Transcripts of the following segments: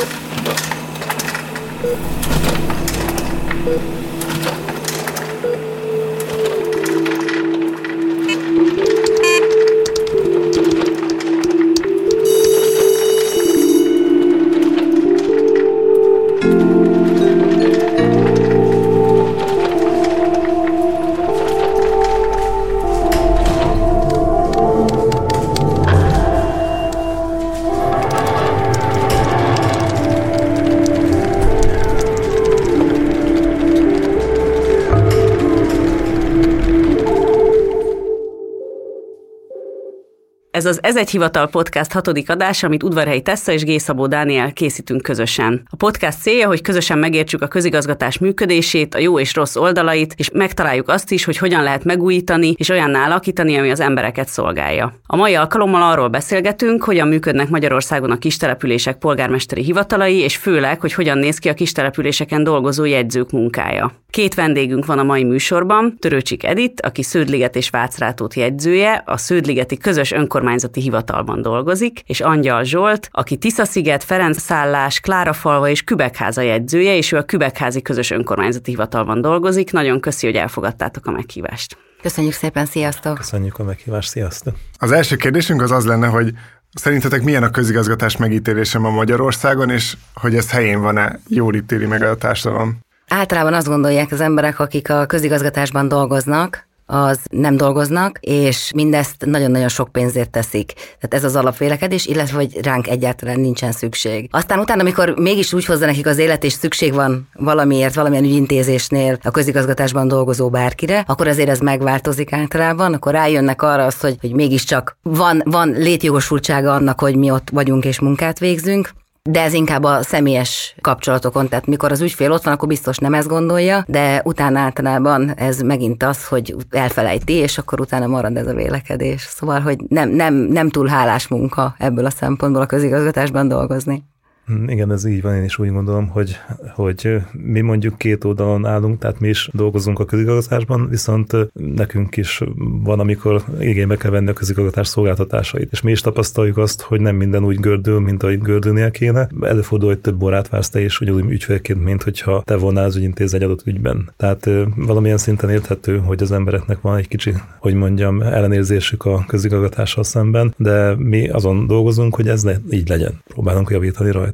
Ez egy hivatal podcast 6. adása, amit Udvarhelyi Tessa és G. Szabó Dániel készítünk közösen. A podcast célja, hogy közösen megértsük a közigazgatás működését, a jó és rossz oldalait, és megtaláljuk azt is, hogy hogyan lehet megújítani és olyanná alakítani, ami az embereket szolgálja. A mai alkalommal arról beszélgetünk, hogyan működnek Magyarországon a kistelepülések polgármesteri hivatalai, és főleg, hogy hogyan néz ki a kistelepüléseken dolgozó jegyzők munkája. 2 vendégünk van a mai műsorban, Törőcsik Edit, aki Sződliget és Vácrátót jegyzője, a Sződligeti Közös Önkormányzati Hivatalban dolgozik, és Angyal Zsolt, aki Tiszasziget, Ferencszállás, Klárafalva és Kübekháza jegyzője, és ő a Kübekházi Közös Önkormányzati Hivatalban dolgozik. Nagyon köszi, hogy elfogadtátok a meghívást. Köszönjük szépen, sziasztok! Köszönjük a meghívást, sziasztok! Az első kérdésünk az lenne, hogy szerintetek milyen a közigazgatás megítélése ma Magyarországon, és hogy ez helyén van-e, jól ítéli meg a társadalom? Általában azt gondolják az emberek, akik a közigazgatásban dolgoznak, az nem dolgoznak, és mindezt nagyon-nagyon sok pénzért teszik. Tehát ez az alapvélekedés, illetve hogy ránk egyáltalán nincsen szükség. Aztán utána, amikor mégis úgy hozza nekik az élet, és szükség van valamiért, valamilyen ügyintézésnél a közigazgatásban dolgozó bárkire, akkor azért ez megváltozik általában, akkor rájönnek arra az, hogy mégiscsak van létjogosultsága annak, hogy mi ott vagyunk és munkát végzünk. De ez inkább a személyes kapcsolatokon, tehát mikor az ügyfél ott van, akkor biztos nem ezt gondolja, de utána általában ez megint az, hogy elfelejti, és akkor utána marad ez a vélekedés. Szóval, hogy nem túl hálás munka ebből a szempontból a közigazgatásban dolgozni. Igen, ez így van, én is úgy gondolom, hogy mi mondjuk 2 oldalon állunk, tehát mi is dolgozunk a közigazgatásban, viszont nekünk is van, amikor igénybe kell venni a közigazgatás szolgáltatásait. És mi is tapasztaljuk azt, hogy nem minden úgy gördül, mint ahogy gördülnie kéne. Előfordul, hogy több órát vársz te is, ugyanúgy ügyfélként, mint hogyha te volnál az ügyintéz egy adott ügyben. Tehát valamilyen szinten érthető, hogy az embereknek van egy kicsi, hogy mondjam, ellenérzésük a közigazgatással szemben, de mi azon dolgozunk, hogy ez így legyen. Próbálunk javítani rajta.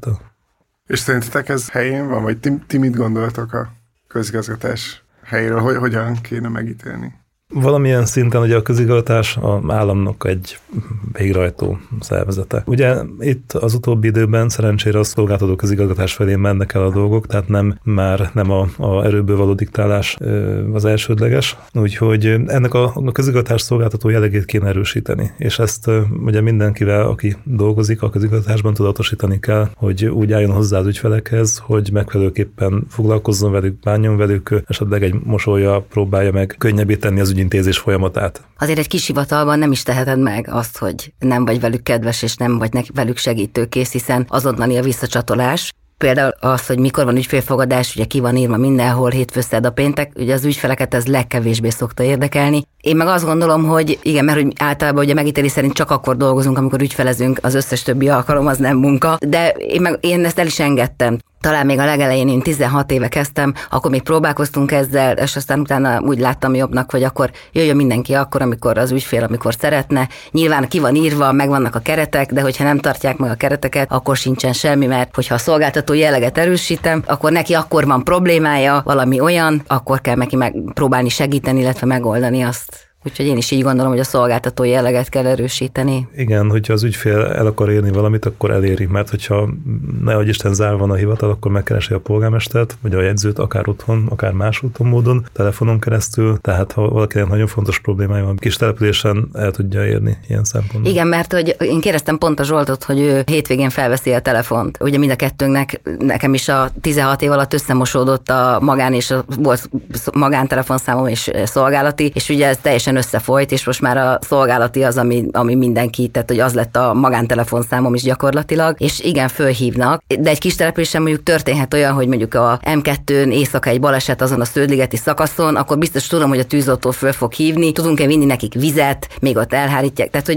És szerintetek ez helyén van, vagy ti mit gondoltok a közigazgatás helyéről, hogyan kéne megítélni? Valamilyen szinten ugye a közigazgatás az államnak egy végrehajtó szervezete. Ugye itt az utóbbi időben szerencsére a szolgáltató közigazgatás felé mennek el a dolgok, tehát nem a erőből való diktálás az elsődleges. Úgyhogy ennek a közigazgatás szolgáltató jellegét kéne erősíteni. És ezt ugye mindenkivel, aki dolgozik a közigazgatásban, tudatosítani kell, hogy úgy álljon hozzá az ügyfelekhez, hogy megfelelőképpen foglalkozzon velük, bánjon velük, esetleg egy mosollyal próbálja meg könnyebbé tenni az ügyintézés folyamatát. Azért egy kis hivatalban nem is teheted meg azt, hogy nem vagy velük kedves, és nem vagy velük segítőkész, hiszen azonnali a visszacsatolás. Például az, hogy mikor van ügyfélfogadás, ugye ki van írva mindenhol, hétfő, szerda, péntek, ugye az ügyfeleket ez legkevésbé szokta érdekelni. Én meg azt gondolom, hogy igen, mert hogy általában ugye megítélés szerint csak akkor dolgozunk, amikor ügyfelezünk, az összes többi alkalom az nem munka, de én ezt el is engedtem. Talán még a legelején, én 16 éve kezdtem, akkor még próbálkoztunk ezzel, és aztán utána úgy láttam jobbnak, hogy akkor jöjjön mindenki akkor, amikor az ügyfél, amikor szeretne. Nyilván ki van írva, megvannak a keretek, de hogyha nem tartják meg a kereteket, akkor sincsen semmi, mert hogyha a szolgáltató jelleget erősítem, akkor neki akkor van problémája, valami olyan, akkor kell neki megpróbálni segíteni, illetve megoldani azt. Úgyhogy én is így gondolom, hogy a szolgáltató jelleget kell erősíteni. Igen, hogyha az ügyfél el akar érni valamit, akkor eléri, mert hogyha nehogy Isten zárva van a hivatal, akkor megkeresi a polgármestert, vagy a jegyzőt, akár otthon, akár más úton módon, telefonon keresztül, tehát ha valakinek nagyon fontos problémája van, kis településen el tudja érni ilyen szempontból. Igen, mert hogy én kérdeztem pont a Zsoltot, hogy ő hétvégén felveszi a telefont. Ugye mind a kettőnknek, nekem is a 16 év alatt összemosódott a magán és volt magántelefonszámom és szolgálati, és ugye ez teljesen összefolyt, és most már a szolgálati az, ami mindenki, tehát hogy az lett a magántelefonszámom is gyakorlatilag, és igen, fölhívnak, de egy kis településen mondjuk történhet olyan, hogy mondjuk a M2-n éjszaka egy baleset azon a sződligeti szakaszon, akkor biztos tudom, hogy a tűzoltó föl fog hívni, tudunk-e vinni nekik vizet, még ott elhárítják, tehát hogy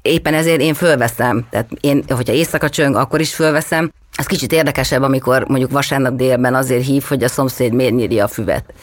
Éppen ezért én fölveszem. Tehát én, hogyha éjszaka csöng, akkor is fölveszem. Ez kicsit érdekesebb, amikor mondjuk vasárnap délben azért hív, hogy a szomszéd miért nyírja a füvet.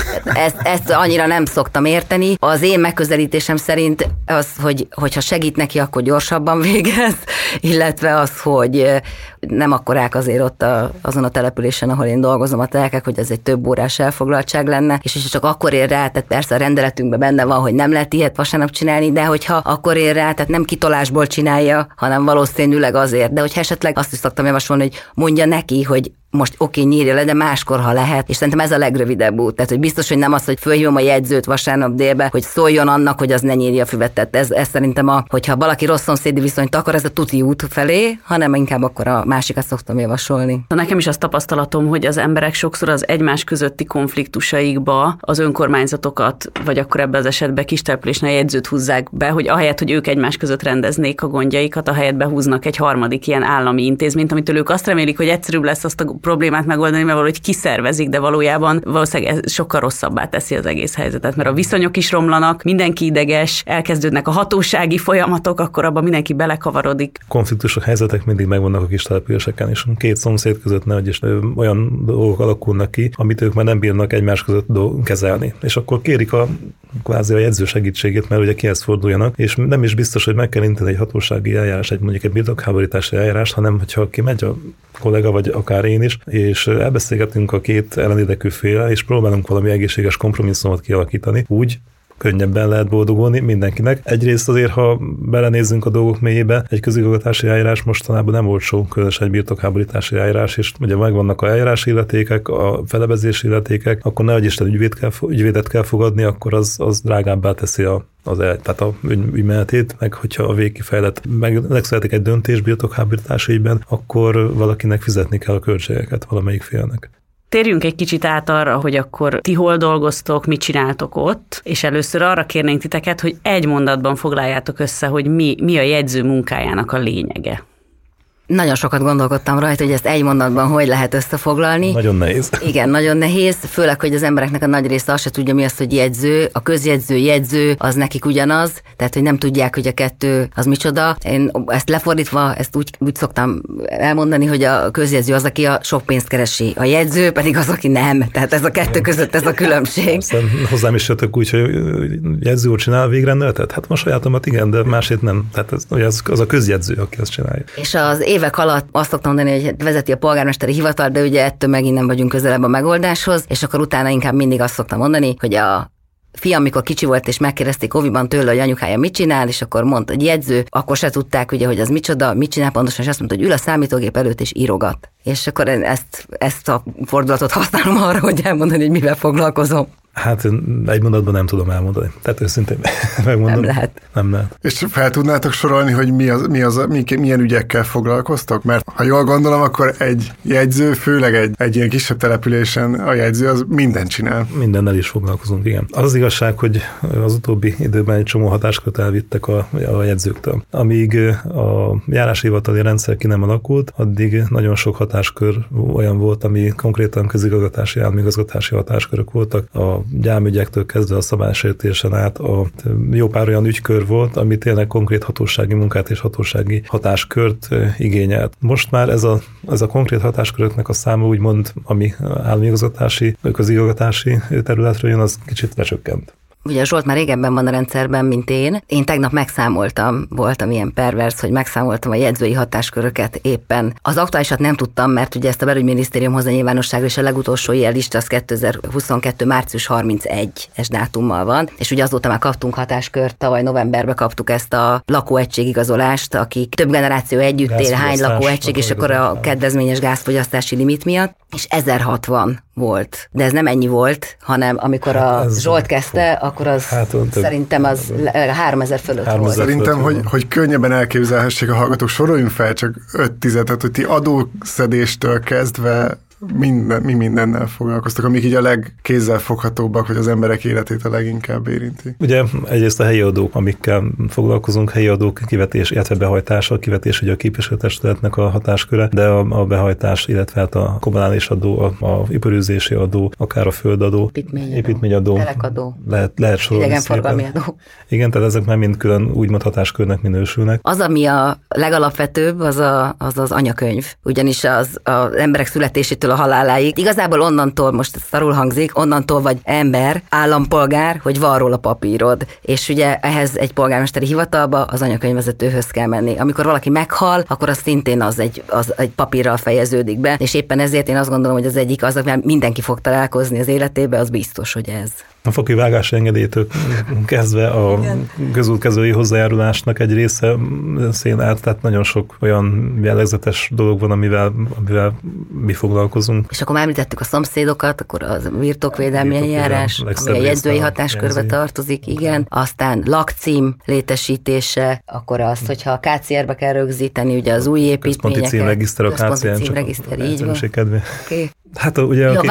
Ezt annyira nem szoktam érteni. Az én megközelítésem szerint az, hogyha segít neki, akkor gyorsabban végez, illetve az, hogy nem akkorák azért ott azon a településen, ahol én dolgozom a telkek, hogy ez egy több órás elfoglaltság lenne, és csak akkor ér rá, tehát persze a rendeletünkben benne van, hogy nem lehet ilyet vasárnap csinálni, de hogyha akkor ér rá, tehát nem kitolásból csinálja, hanem valószínűleg azért, de hogyha esetleg azt is szoktam javasolni, hogy mondja neki, hogy most nyírja le, de máskor, ha lehet, és szerintem ez a legrövidebb út. Tehát, hogy biztos, hogy nem az, hogy fölhívom a jegyzőt vasárnap délbe, hogy szóljon annak, hogy az ne nyírja a füvet. Tehát ez szerintem hogyha valaki rossz szomszédi viszonyt akar, ez a tuti út felé, hanem inkább akkor a másikat szoktam javasolni. Nekem is az tapasztalatom, hogy az emberek sokszor az egymás közötti konfliktusaikba az önkormányzatokat, vagy akkor ebben az esetben kistelepülésnél jegyzőt húzzák be, hogy ahelyett, hogy ők egymás között rendeznék a gondjaikat, ahelyett behúznak egy harmadik ilyen állami intézményt, amitől ők azt remélik, hogy egyszerűbb lesz azt a problémát megoldani, mert valahogy kiszervezik, de valójában valószínűleg ez sokkal rosszabbá teszi az egész helyzetet, mert a viszonyok is romlanak, mindenki ideges, elkezdődnek a hatósági folyamatok, akkor abban mindenki belekavarodik. Konfliktusok, helyzetek mindig megvannak a kis településeken, és két szomszéd között nehogy is olyan dolgok alakulnak ki, amit ők már nem bírnak egymás között kezelni. És akkor kérik kvázi a jegyző segítségét, mert ugye kihez forduljanak, és nem is biztos, hogy meg kell indítani egy hatósági eljárás, mondjuk egy birtokháborítási eljárás, hanem hogyha kimegy a kollega, vagy akár én is, és elbeszélgetünk a két ellenérdekű féllel, és próbálunk valami egészséges kompromisszumot kialakítani, úgy könnyebben lehet boldogulni mindenkinek. Egyrészt azért, ha belenézzünk a dolgok mélyébe, egy közigazgatási eljárás mostanában nem olcsó, különösen egy birtokháborítási eljárás, és ugye megvannak a eljárási illetékek, a felebezési illetékek, akkor nehogy Isten ügyvédet kell fogadni, akkor az drágábbá teszi tehát a ügymenetét, meg hogyha a végkifejlett, megszületik egy döntés birtokháborítási ügyben, akkor valakinek fizetni kell a költségeket valamelyik félnek. Térjünk egy kicsit át arra, hogy akkor ti hol dolgoztok, mit csináltok ott, és először arra kérnénk titeket, hogy egy mondatban foglaljátok össze, hogy mi a jegyző munkájának a lényege. Nagyon sokat gondolkodtam rajta, hogy ezt egy mondatban hogy lehet összefoglalni. Nagyon nehéz. Igen, nagyon nehéz, főleg, hogy az embereknek a nagy része azt se tudja, mi az, hogy jegyző. A közjegyző, jegyző, az nekik ugyanaz, tehát, hogy nem tudják, hogy a kettő az micsoda. Én ezt lefordítva, ezt úgy szoktam elmondani, hogy a közjegyző az, aki a sok pénzt keresi, a jegyző pedig az, aki nem. Tehát ez a kettő között ez a különbség. Aztán hozzám is jöttök úgy, hogy jegyző úr csinál végrendeletet? Hát most sajátomat igen, de másét nem. Tehát az a közjegyző, aki azt csinálja. És az évek alatt azt szoktam mondani, hogy vezeti a polgármesteri hivatal, de ugye ettől megint nem vagyunk közelebb a megoldáshoz, és akkor utána inkább mindig azt szoktam mondani, hogy a fiam, amikor kicsi volt, és megkérdezték óviban tőle, hogy anyukája mit csinál, és akkor mondta, hogy jegyző, akkor se tudták, ugye, hogy az micsoda, mit csinál pontosan, és azt mondta, hogy ül a számítógép előtt és írogat. És akkor ezt a fordulatot használom arra, hogy elmondani, hogy mivel foglalkozom. Hát egy mondatban nem tudom elmondani. Tehát őszintén megmondom. Nem lehet. És fel tudnátok sorolni, hogy milyen ügyekkel foglalkoztok? Mert ha jól gondolom, akkor egy jegyző, főleg egy ilyen kisebb településen a jegyző az mindent csinál. Mindennel is foglalkozunk, igen. Az igazság, hogy az utóbbi időben egy csomó hatáskört elvittek a jegyzőktől. Amíg a járási hivatali rendszer ki nem alakult, addig nagyon sok hatáskör olyan volt, ami konkrétan közigazgatási, államigazgatási hatáskörök voltak. A gyámügyektől kezdve a szabálysértésen át jó pár olyan ügykör volt, ami tényleg konkrét hatósági munkát és hatósági hatáskört igényelt. Most már ez a konkrét hatásköröknek a száma úgymond, ami államigazgatási, közigazgatási területről jön, az kicsit lecsökkent. Ugye Zsolt már régebben van a rendszerben, mint én. Én tegnap megszámoltam, voltam ilyen pervers, hogy megszámoltam a jegyzői hatásköröket éppen. Az aktuálisat nem tudtam, mert ugye ezt a belügyminisztérium hozza nyilvánosságra, és a legutolsó ilyen lista az 2022. március 31-es dátummal van, és ugye azóta már kaptunk hatáskört, tavaly novemberben kaptuk ezt a lakóegységigazolást, akik több generáció együtt él, hány lakóegység, és akkor a kedvezményes gázfogyasztási limit miatt, és 1060 volt. De ez nem ennyi volt, hanem amikor a Zsolt kezdte, akkor az szerintem az 3000 fölött volt. Szerintem, hogy könnyebben elképzelhessék a hallgatók, soroljunk fel csak 5-10, tehát hogy ti adószedéstől kezdve mi mindennel foglalkoztak, amik így a legkézzelfoghatóbbak, hogy az emberek életét a leginkább érinti? Ugye egyrészt a helyi adók, amikkel foglalkozunk, helyi adók kivetés, illetve behajtása, kivetés ugye a képviselőtestületnek a hatásköre, de a behajtás, illetve hát a kommunális adó, a iparűzési adó, akár a földadó, építményadó, telekadó, lehet sorolni. Idegenforgalmi adó. Igen, tehát ezek már mind külön úgymond hatáskörnek minősülnek. Az, ami a legalapvetőbb, az anyakönyv. Ugyanis az emberek születésétől a haláláig. Igazából onnantól, most szarul hangzik, onnantól vagy ember, állampolgár, hogy van róla papírod. És ugye ehhez egy polgármesteri hivatalba az anyakönyvvezetőhöz kell menni. Amikor valaki meghal, akkor az szintén az egy papírral fejeződik be. És éppen ezért én azt gondolom, hogy az egyik az, amivel mindenki fog találkozni az életébe, az biztos, hogy ez. A fokivágási engedélytől kezdve a közútkezelői hozzájárulásnak egy része szén át, tehát nagyon sok olyan jellegzetes dolog van, amivel mi foglalkozunk. És akkor már említettük a szomszédokat, akkor az birtokvédelmi eljárás, ami a jegyzői hatáskörbe tartozik, igen. Aztán lakcím létesítése, akkor azt, hogyha a KCR-be kell rögzíteni, ugye az új építményeket. Központi címregiszter, a KCR, címregiszter, így van. Okay. Hát ugye a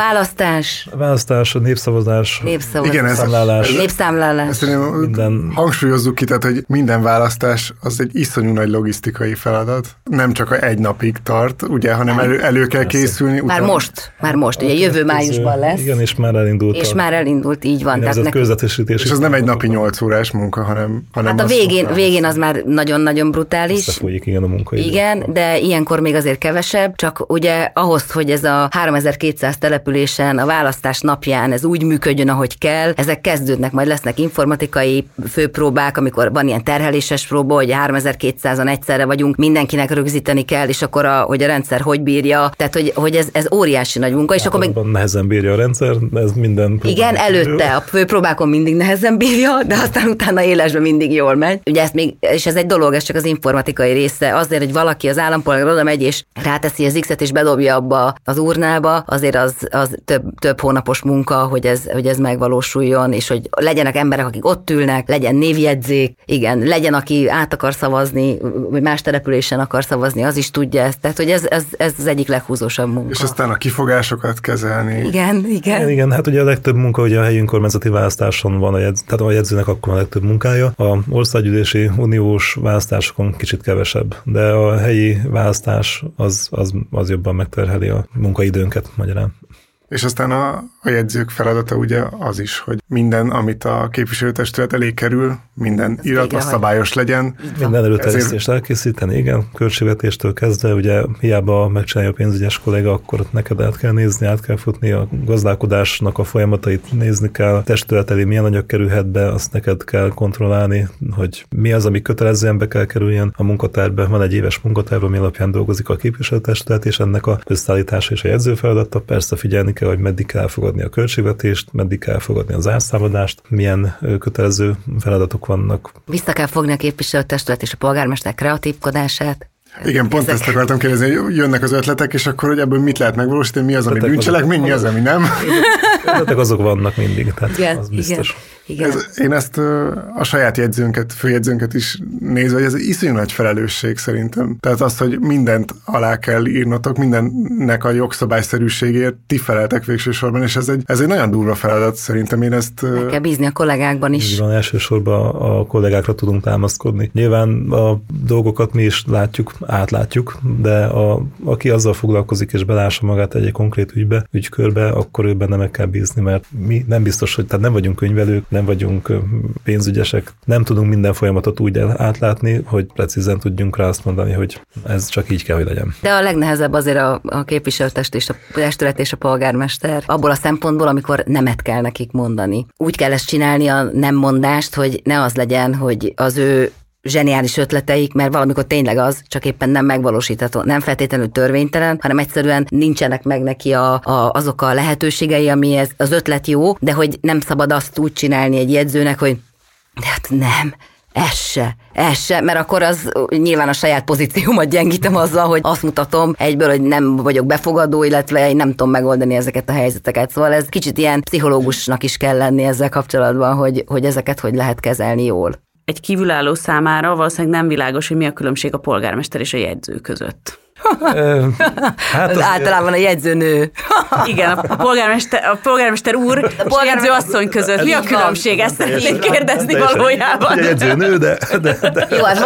választás, a népszavazás, igen, népszámlálás. Ezt hangsúlyozzuk ki, tehát, hogy minden választás az egy iszonyú nagy logisztikai feladat. Nem csak egy napig tart, ugye, hanem elő kell készülni. Már most, ugye jövő májusban lesz. Igen, és már elindult. Így van. Tehát és az nem egy napi 8 órás munka, hanem hát a végén az már nagyon-nagyon brutális. Összefolyik, igen, a munkaidő. Igen, de ilyenkor még azért kevesebb, csak ugye ahhoz, hogy ez a 3200 településen a választás napján ez úgy működjön, ahogy kell, ezek kezdődnek, majd lesznek informatikai főpróbák, amikor van ilyen terheléses próba, hogy 3200-an egyszerre vagyunk, mindenkinek rögzíteni kell, és akkor hogy a rendszer hogy bírja, tehát hogy ez óriási nagy munka, és akkor még nehezen bírja a rendszer, ez minden. Igen, előtte a főpróbákon mindig nehezen bírja, de aztán utána élesben mindig jól megy. Ugye ezt még, és ez egy dolog, ez csak az informatikai része, azért, hogy valaki az állampolgár oda megy, és ráteszi az X-et, és bedobja abba az urnába, azért az több hónapos munka, hogy ez megvalósuljon, és hogy legyenek emberek, akik ott ülnek, legyen névjegyzék, igen, legyen, aki át akar szavazni, vagy más településen akar szavazni, az is tudja ezt. Tehát, hogy ez az egyik leghúzósabb munka. És aztán a kifogásokat kezelni. Igen. Hát ugye a legtöbb munka ugye a helyi önkormányzati választáson van, tehát a jegyzőnek akkor a legtöbb munkája. A országgyűlési uniós választásokon kicsit kevesebb, de a helyi választás az jobban megterheli a munkaidőnket magyarán. És aztán a jegyzők feladata ugye az is, hogy minden, amit a képviselőtestület elé kerül, minden iratos, szabályos legyen. Minden előterjesztést elkészíteni, igen, költségvetéstől kezdve, ugye hiába megcsinálja a pénzügyes kolléga, akkor neked át kell nézni, át kell futni, a gazdálkodásnak a folyamatait nézni kell, testület elé milyen anyag kerülhet be, azt neked kell kontrollálni, hogy mi az, ami kötelezően be kell kerüljön a munkatárba. Van egy éves munkatárba, ami alapján dolgozik a képviselőtestület, és ennek a összeállítása és a jegyző feladata. Persze figyelni kell, hogy meddig kell elfogadni a költségvetést, meddig kell elfogadni az zárszámadást, milyen kötelező feladatok vannak. Vissza kell fogni a képviselőtestület és a polgármester kreatívkodását. Igen, pont ezt akartam kérdezni, hogy jönnek az ötletek, és akkor, hogy ebből mit lehet megvalósítani, mi az, ami bűncselekmény, mi az, ami nem. Ötletek azok vannak mindig, tehát igen, az biztos. Igen. Én ezt a saját főjegyzőnket is nézve, hogy ez egy iszonyú nagy felelősség szerintem. Tehát az, hogy mindent alá kell írnotok, mindennek a jogszabályszerűségért ti feleltek végső sorban, és ez egy nagyon durva feladat szerintem. Én ezt... Meg kell bízni a kollégákban is. Így van, elsősorban a kollégákra tudunk támaszkodni. Nyilván a dolgokat mi is átlátjuk, de aki azzal foglalkozik és belássa magát egy konkrét ügykörbe, akkor ő benne meg kell bízni, mert mi nem biztos, hogy tehát nem vagyunk könyvelők, nem vagyunk pénzügyesek, nem tudunk minden folyamatot úgy átlátni, hogy precízen tudjunk rá azt mondani, hogy ez csak így kell, hogy legyen. De a legnehezebb azért a képviselőtestület és a polgármester abból a szempontból, amikor nemet kell nekik mondani. Úgy kell ezt csinálni a nem mondást, hogy ne az legyen, hogy az ő zseniális ötleteik, mert valamikor tényleg az, csak éppen nem megvalósítható, nem feltétlenül törvénytelen, hanem egyszerűen nincsenek meg neki azok a lehetőségei, amihez az ötlet jó, de hogy nem szabad azt úgy csinálni egy jegyzőnek, hogy hát nem, ez se, mert akkor az nyilván a saját pozíciómat gyengítem azzal, hogy azt mutatom egyből, hogy nem vagyok befogadó, illetve én nem tudom megoldani ezeket a helyzeteket. Szóval ez kicsit ilyen pszichológusnak is kell lenni ezzel kapcsolatban, hogy ezeket hogy lehet kezelni jól. Egy kívülálló számára valószínűleg nem világos, hogy mi a különbség a polgármester és a jegyző között. Hát általában a jegyzőnő. Igen, a polgármester úr és a jegyzőasszony között. Mi a különbség? Ezt szeretnék kérdezni valójában. A jegyzőnő, de... Jó, hát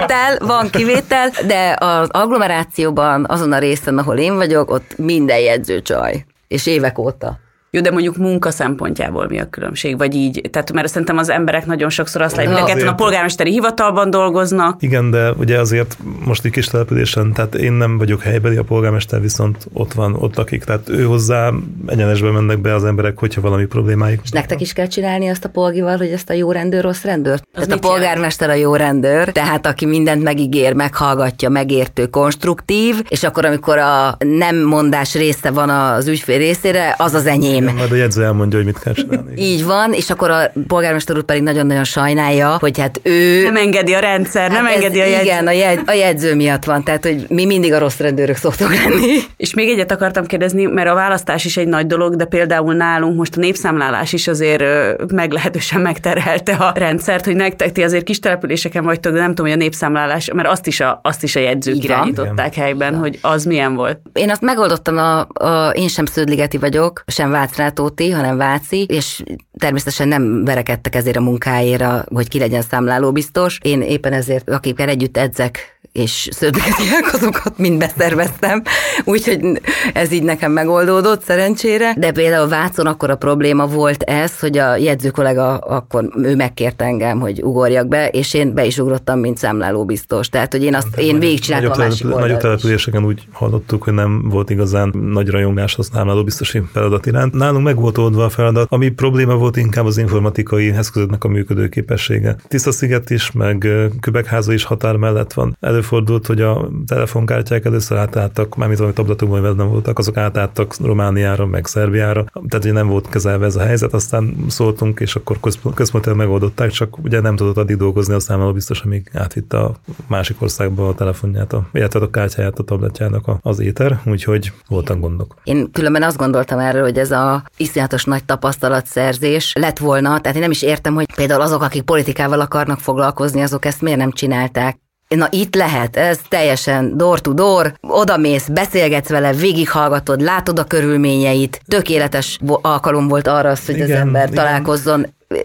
van kivétel, de az agglomerációban, azon a részen, ahol én vagyok, ott minden jegyző csaj. És évek óta. Jó, de mondjuk munka szempontjából mi a különbség? Vagy így, tehát mert szerintem az emberek nagyon sokszor azt látják, hogy a polgármesteri hivatalban dolgoznak. Igen, de ugye azért most egy kis településen, tehát én nem vagyok helybeli, a polgármester viszont ott lakik, tehát ő hozzá egyenesbe mennek be az emberek, hogyha valami problémáik. És nektek is kell csinálni azt a polgival, hogy ezt a jó rendőr, rossz rendőr? Tehát a polgármester jelent? A jó rendőr, tehát aki mindent megígér, meghallgatja, megértő, konstruktív, és akkor amikor a nem mondás része van az ügyfél részére, az az enyém. Majd a jegyző elmondja, hogy mit kell csinálni. Így van, és akkor a polgármester úr pedig nagyon-nagyon sajnálja, hogy hát ő... Nem engedi a rendszer, nem engedi a jegyző. Igen, a jegyző miatt van, tehát hogy mi mindig a rossz rendőrök szoktunk lenni. És még egyet akartam kérdezni, mert a választás is egy nagy dolog, de például nálunk most a népszámlálás is azért meglehetősen megterhelte a rendszert, hogy nektek ti azért kis településeken vagytok, de nem tudom, hogy a népszámlálás, mert azt is a jegyzők irányították helyben, hogy az milyen volt. Én azt megoldottam, én sem Sződligeti vagyok, sem Vácrátóti, hanem Váci, és természetesen nem verekedtek ezért a munkáért, hogy ki legyen számlálóbiztos. Én éppen ezért, akikkel együtt edzek, és sződligetiek, azokat mind beszerveztem, úgyhogy ez így nekem megoldódott szerencsére. De például Vácon akkor a probléma volt ez, hogy a jegyző kollega akkor ő megkért engem, hogy ugorjak be, és én be is ugrottam, mint számlálóbiztos. Tehát, hogy én végigcsináltam a másik oldalt. Nagyobb településeken úgy hallottuk, hogy nem volt igazán nagy rajongás a számlálóbiztosi feladat iránt. Nálunk meg volt oldva a feladat, ami probléma volt inkább az informatikai eszközöknek a működőképessége. Tisztasziget is, meg Kübekháza is határ mellett van. Előfordult, hogy a telefonkártyák először átálltak, mármint valami tabletokban nem voltak, azok átálltak Romániára, meg Szerbiára, tehát ugye nem volt kezelve ez a helyzet, aztán szóltunk, és akkor központilag megoldották, csak ugye nem tudott addig dolgozni a számlálóbiztos, amíg átvitte a másik országba a telefonját, illetve a kártyáját a tabletjának az éter, úgyhogy voltak gondok. Én különben azt gondoltam erről, hogy ez a iszonyatos nagy tapasztalatszerzés lett volna, tehát én nem is értem, hogy például azok, akik politikával akarnak foglalkozni, azok ezt miért nem csinálták. Na itt lehet, ez teljesen door to door, odamész, beszélgetsz vele, végighallgatod, látod a körülményeit, tökéletes alkalom volt arra, hogy az ember találkozzon.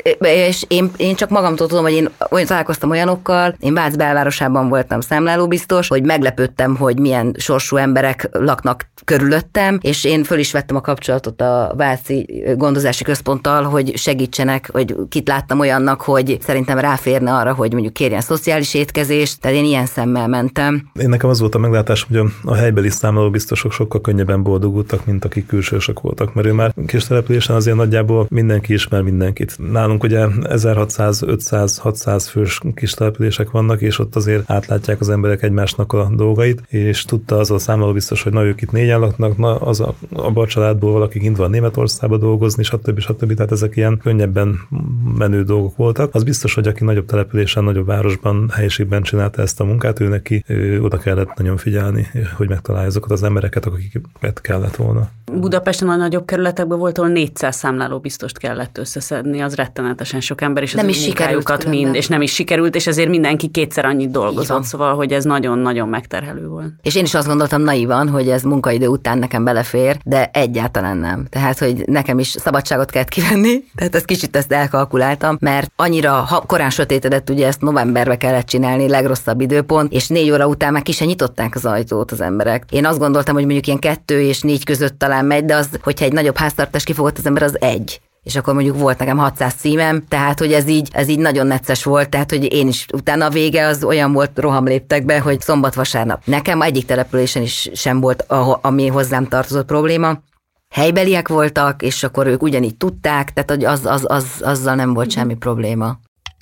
És én csak magamtól tudom, hogy én találkoztam olyanokkal, én Vác belvárosában voltam számlálóbiztos, hogy meglepődtem, hogy milyen sorsú emberek laknak körülöttem, és én föl is vettem a kapcsolatot a Váci gondozási központtal, hogy segítsenek, hogy kit láttam olyannak, hogy szerintem ráférne arra, hogy mondjuk kérjen szociális étkezést, tehát én ilyen szemmel mentem. Én nekem az volt a meglátás, hogy a helybeli számlálóbiztosok sokkal könnyebben boldogultak, mint akik külsősök voltak, mert ő már kis településen azért nagyjából mindenki ismer mindenkit. Nálunk ugye 1600, 500, 600 fős kis települések vannak, és ott azért átlátják az emberek egymásnak a dolgait, és tudta az a számlálóbiztos, hogy na ők itt négyen laknak, na az abban a családból valaki kint van Németországba dolgozni, stb. Tehát ezek ilyen könnyebben menő dolgok voltak. Az biztos, hogy aki nagyobb településen, nagyobb városban, helyiségben csinálta ezt a munkát, ő neki oda kellett nagyon figyelni, hogy megtalálja azokat az embereket, akiket kellett volna. Budapesten a nagyobb kerületekben volt, ahol 400 számlálóbiztost kellett összeszedni, az rettenetesen sok ember, és nem az is sikerült mind, és nem is sikerült, és ezért mindenki kétszer annyit dolgozott, szóval, hogy ez nagyon-nagyon megterhelő volt. És én is azt gondoltam naivan, hogy ez munkaidő után nekem belefér, de egyáltalán nem. Tehát, hogy nekem is szabadságot kellett kivenni, tehát ezt elkalkuláltam, mert annyira korán sötétedett, ugye ezt novemberbe kellett csinálni, legrosszabb időpont, és 4 óra után már ki se nyitották az ajtót az emberek. Én azt gondoltam, hogy mondjuk ilyen 2 és 4 között talán megy, de az, hogyha egy nagyobb háztartás kifogott az ember, az 1. És akkor mondjuk volt nekem 600 címem, tehát hogy ez így nagyon necces volt, tehát hogy én is utána a vége az olyan volt, roham léptek be, hogy szombat-vasárnap. Nekem egyik településen is sem volt, ami hozzám tartozott probléma. Helybeliek voltak, és akkor ők ugyanígy tudták, tehát hogy azzal nem volt semmi probléma.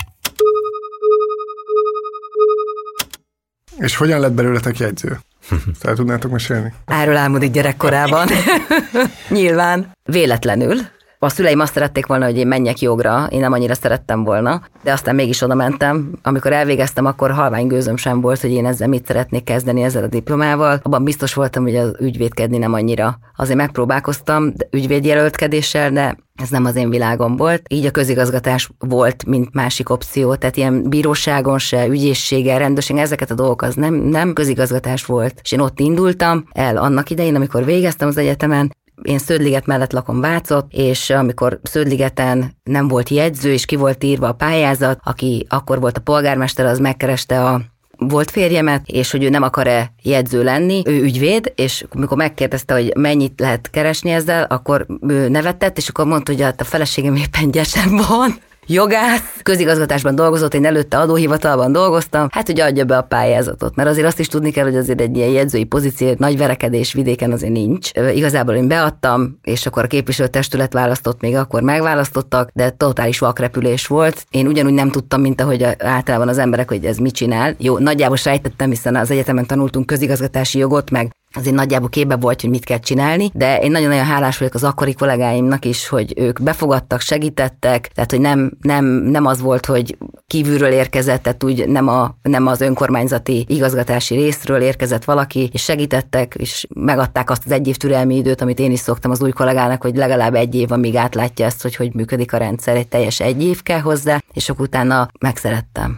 És hogyan lett belőletek jegyző? Tehát tudnátok mesélni? Erről álmodik gyerekkorában. Nyilván. Véletlenül. A szüleim azt szerették volna, hogy én menjek jogra, én nem annyira szerettem volna, de aztán mégis oda mentem. Amikor elvégeztem, akkor halvány gőzöm sem volt, hogy én ezzel mit szeretnék kezdeni ezzel a diplomával. Abban biztos voltam, hogy az ügyvédkedni nem annyira. Azért megpróbálkoztam ügyvédjelöltkedéssel, de ez nem az én világom volt. Így a közigazgatás volt, mint másik opció, tehát ilyen bíróságon se, ügyészséggel, rendőrséggel, ezeket a dolgok az nem közigazgatás volt. És én ott indultam el annak idején, amikor végeztem az egyetemen. Én Szödliget mellett lakom Vácot, és amikor Szödligeten nem volt jegyző, és ki volt írva a pályázat, aki akkor volt a polgármester, az megkereste a volt férjemet, és hogy ő nem akar-e jegyző lenni, ő ügyvéd, és amikor megkérdezte, hogy mennyit lehet keresni ezzel, akkor ő nevetett, és akkor mondta, hogy hát a feleségem éppen gyesen van, jogász, közigazgatásban dolgozott, én előtte adóhivatalban dolgoztam, hát hogy adja be a pályázatot, mert azért azt is tudni kell, hogy azért egy ilyen jegyzői pozíció, nagy verekedés vidéken azért nincs. Igazából én beadtam, és akkor a képviselőtestület választott, még akkor megválasztottak, de totális vakrepülés volt. Én ugyanúgy nem tudtam, mint ahogy általában az emberek, hogy ez mit csinál. Jó, nagyjából sejtettem, hiszen az egyetemen tanultunk közigazgatási jogot, meg azért nagyjából képbe volt, hogy mit kell csinálni, de én nagyon-nagyon hálás vagyok az akkori kollégáimnak is, hogy ők befogadtak, segítettek, tehát hogy nem az volt, hogy kívülről érkezett, tehát úgy nem az önkormányzati igazgatási részről érkezett valaki, és segítettek, és megadták azt az 1 év türelmi időt, amit én is szoktam az új kollégának, hogy legalább 1 év, amíg átlátja ezt, hogy működik a rendszer, egy teljes 1 év kell hozzá, és akkor utána megszerettem,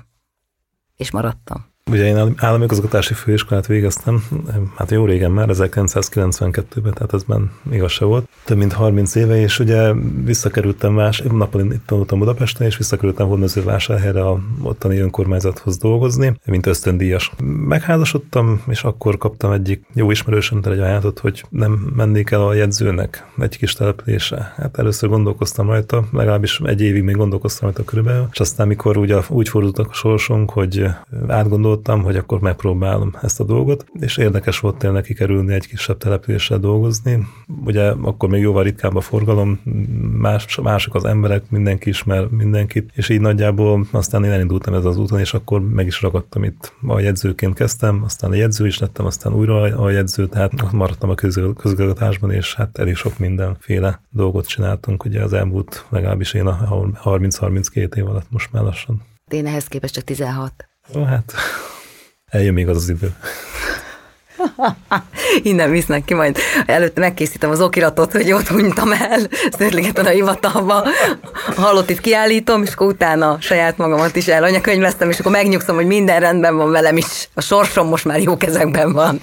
és maradtam. Ugye én állami igazgatási főiskolát végeztem, hát jó régen már, 1992-ben, tehát ez már igaz se volt, több mint 30 éve, és ugye visszakerültem, nappal itt tanultam Budapesten, és visszakerültem Hódmezővásárhelyre a ottani önkormányzathoz dolgozni, mint ösztöndíjas. Megházasodtam, és akkor kaptam egyik jó ismerősömtől egy ajánlatot, hogy nem mennék el a jegyzőnek egy kis településre. Hát először gondolkoztam rajta, legalábbis 1 évig még gondolkoztam rajta körülbelül, és aztán mikor úgy fordultak a sorsunk, hogy átgondoltam, hogy akkor megpróbálom ezt a dolgot, és érdekes volt tényleg kikerülni egy kisebb településre dolgozni. Ugye akkor még jóval ritkább a forgalom, mások az emberek, mindenki ismer mindenkit, és így nagyjából aztán én elindultam ezen az úton, és akkor meg is ragadtam itt. A jegyzőként kezdtem, aztán a jegyző is lettem, aztán újra a jegyző, tehát maradtam a közigazgatásban, és hát elég sok mindenféle dolgot csináltunk, ugye az elmúlt legalábbis én a 30-32 év alatt most már lassan. Én ehhez képest csak 16. Hát eljön még az idő. Innen visznek ki, majd előtte megkészítem az okiratot, hogy ott hunytam el Szödligeten a hivatalba, a halottit kiállítom, és akkor utána saját magamat is elanyakönyveztem, és akkor megnyugszom, hogy minden rendben van velem is. A sorsom most már jó kezekben van.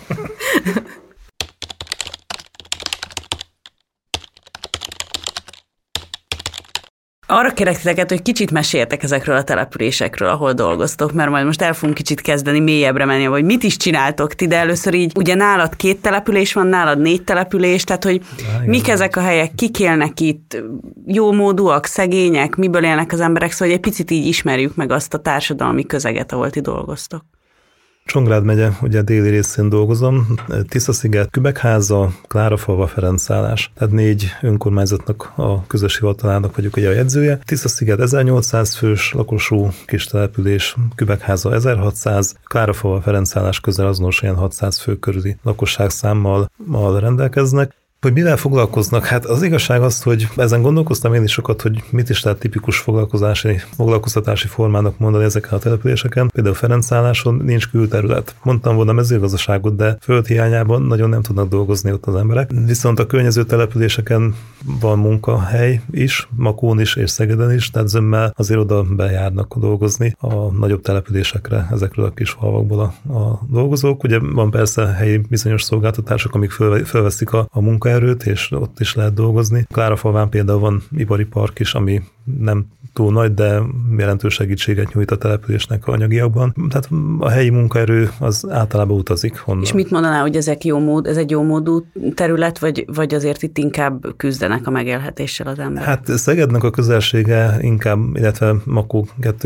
Arra kérek titeket, hogy kicsit meséltek ezekről a településekről, ahol dolgoztok, mert majd most el fogunk kicsit kezdeni mélyebbre menni, hogy mit is csináltok ti, de először így, ugye nálad 2 település van, nálad 4 település, tehát hogy mik ezek a helyek, kik élnek itt, jómódúak, szegények, miből élnek az emberek, szóval hogy egy picit így ismerjük meg azt a társadalmi közeget, ahol ti dolgoztok. Csongrád megye, ugye déli részén dolgozom, Tiszasziget, Kübekháza, Klárafalva, Ferencszállás. Tehát 4 önkormányzatnak a közös hivatalának vagyok ugye a jegyzője. Tiszasziget 1800 fős lakosú kis település, Kübekháza 1600, Klárafalva, Ferencszállás közel azonos ilyen 600 fő körüli lakosságszámmal rendelkeznek. Hogy mivel foglalkoznak? Hát az igazság az, hogy ezen gondolkoztam én is sokat, hogy mit is lehet tipikus foglalkoztatási formának mondani ezeken a településeken. Például Ferencszálláson nincs külterület. Mondtam volna mezőgazdaságot, de föld hiányában nagyon nem tudnak dolgozni ott az emberek. Viszont a környező településeken van munkahely is, Makón is és Szegeden is, tehát zömmel azért oda bejárnak dolgozni a nagyobb településekre, ezekről a kis falvakból a dolgozók. Ugye van persze helyi bizonyos szolgáltatások, amik fölveszik a munkaerőt, és ott is lehet dolgozni. Klárafalván például van ipari park is, ami nem túl nagy, de jelentős segítséget nyújt a településnek anyagiakban. Tehát a helyi munkaerő az általában utazik honnan. És mit mondaná, hogy ez egy jómódú terület, vagy azért itt inkább küzdenek a megélhetéssel az emberek? Hát Szegednek a közelsége inkább, illetve Makó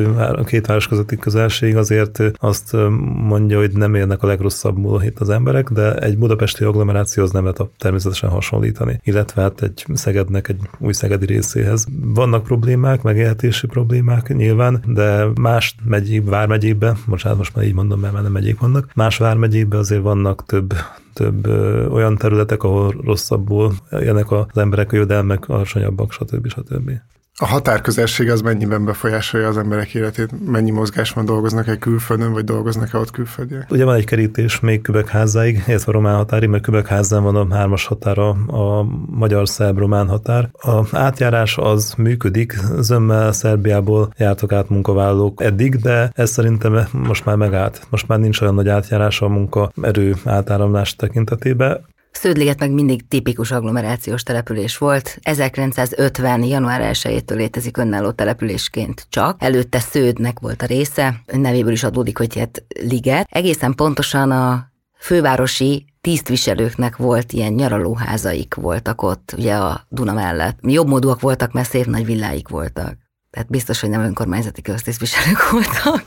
két város közötti közelség azért azt mondja, hogy nem érnek a legrosszabbul itt az emberek, de egy budapesti agglomerációhoz nem lehet természetesen hasonlítani. Illetve hát egy Szegednek egy új szegedi részéhez. Vannak problémák, megélhetési problémák nyilván, de más vármegyékben, most már így mondom, mert nem megyék vannak, más vármegyékben azért vannak több több olyan területek, ahol rosszabbul jönnek az emberek, a jövedelmek alacsonyabbak, stb. A határközelség az mennyiben befolyásolja az emberek életét? Mennyi mozgásban dolgoznak-e külföldön, vagy dolgoznak-e ott külföldiek? Ugye van egy kerítés még Kübekházzáig, illetve a román határig, mert Kübekházán van a 3-as határa, a magyar-szerb-román határ. A átjárás az működik, zömmel Szerbiából jártak át munkavállalók eddig, de ez szerintem most már megállt. Most már nincs olyan nagy átjárás a munkaerő átáramlás tekintetében. Sződliget meg mindig tipikus agglomerációs település volt. 1950. január 1-től létezik önálló településként csak. Előtte Sződnek volt a része, nevéből is adódik, hogy hát liget. Egészen pontosan a fővárosi tisztviselőknek volt ilyen nyaralóházaik voltak ott, ugye a Duna mellett. Jobbmódúak voltak, mert szép nagy villáik voltak. Tehát biztos, hogy nem önkormányzati köztisztviselők voltak.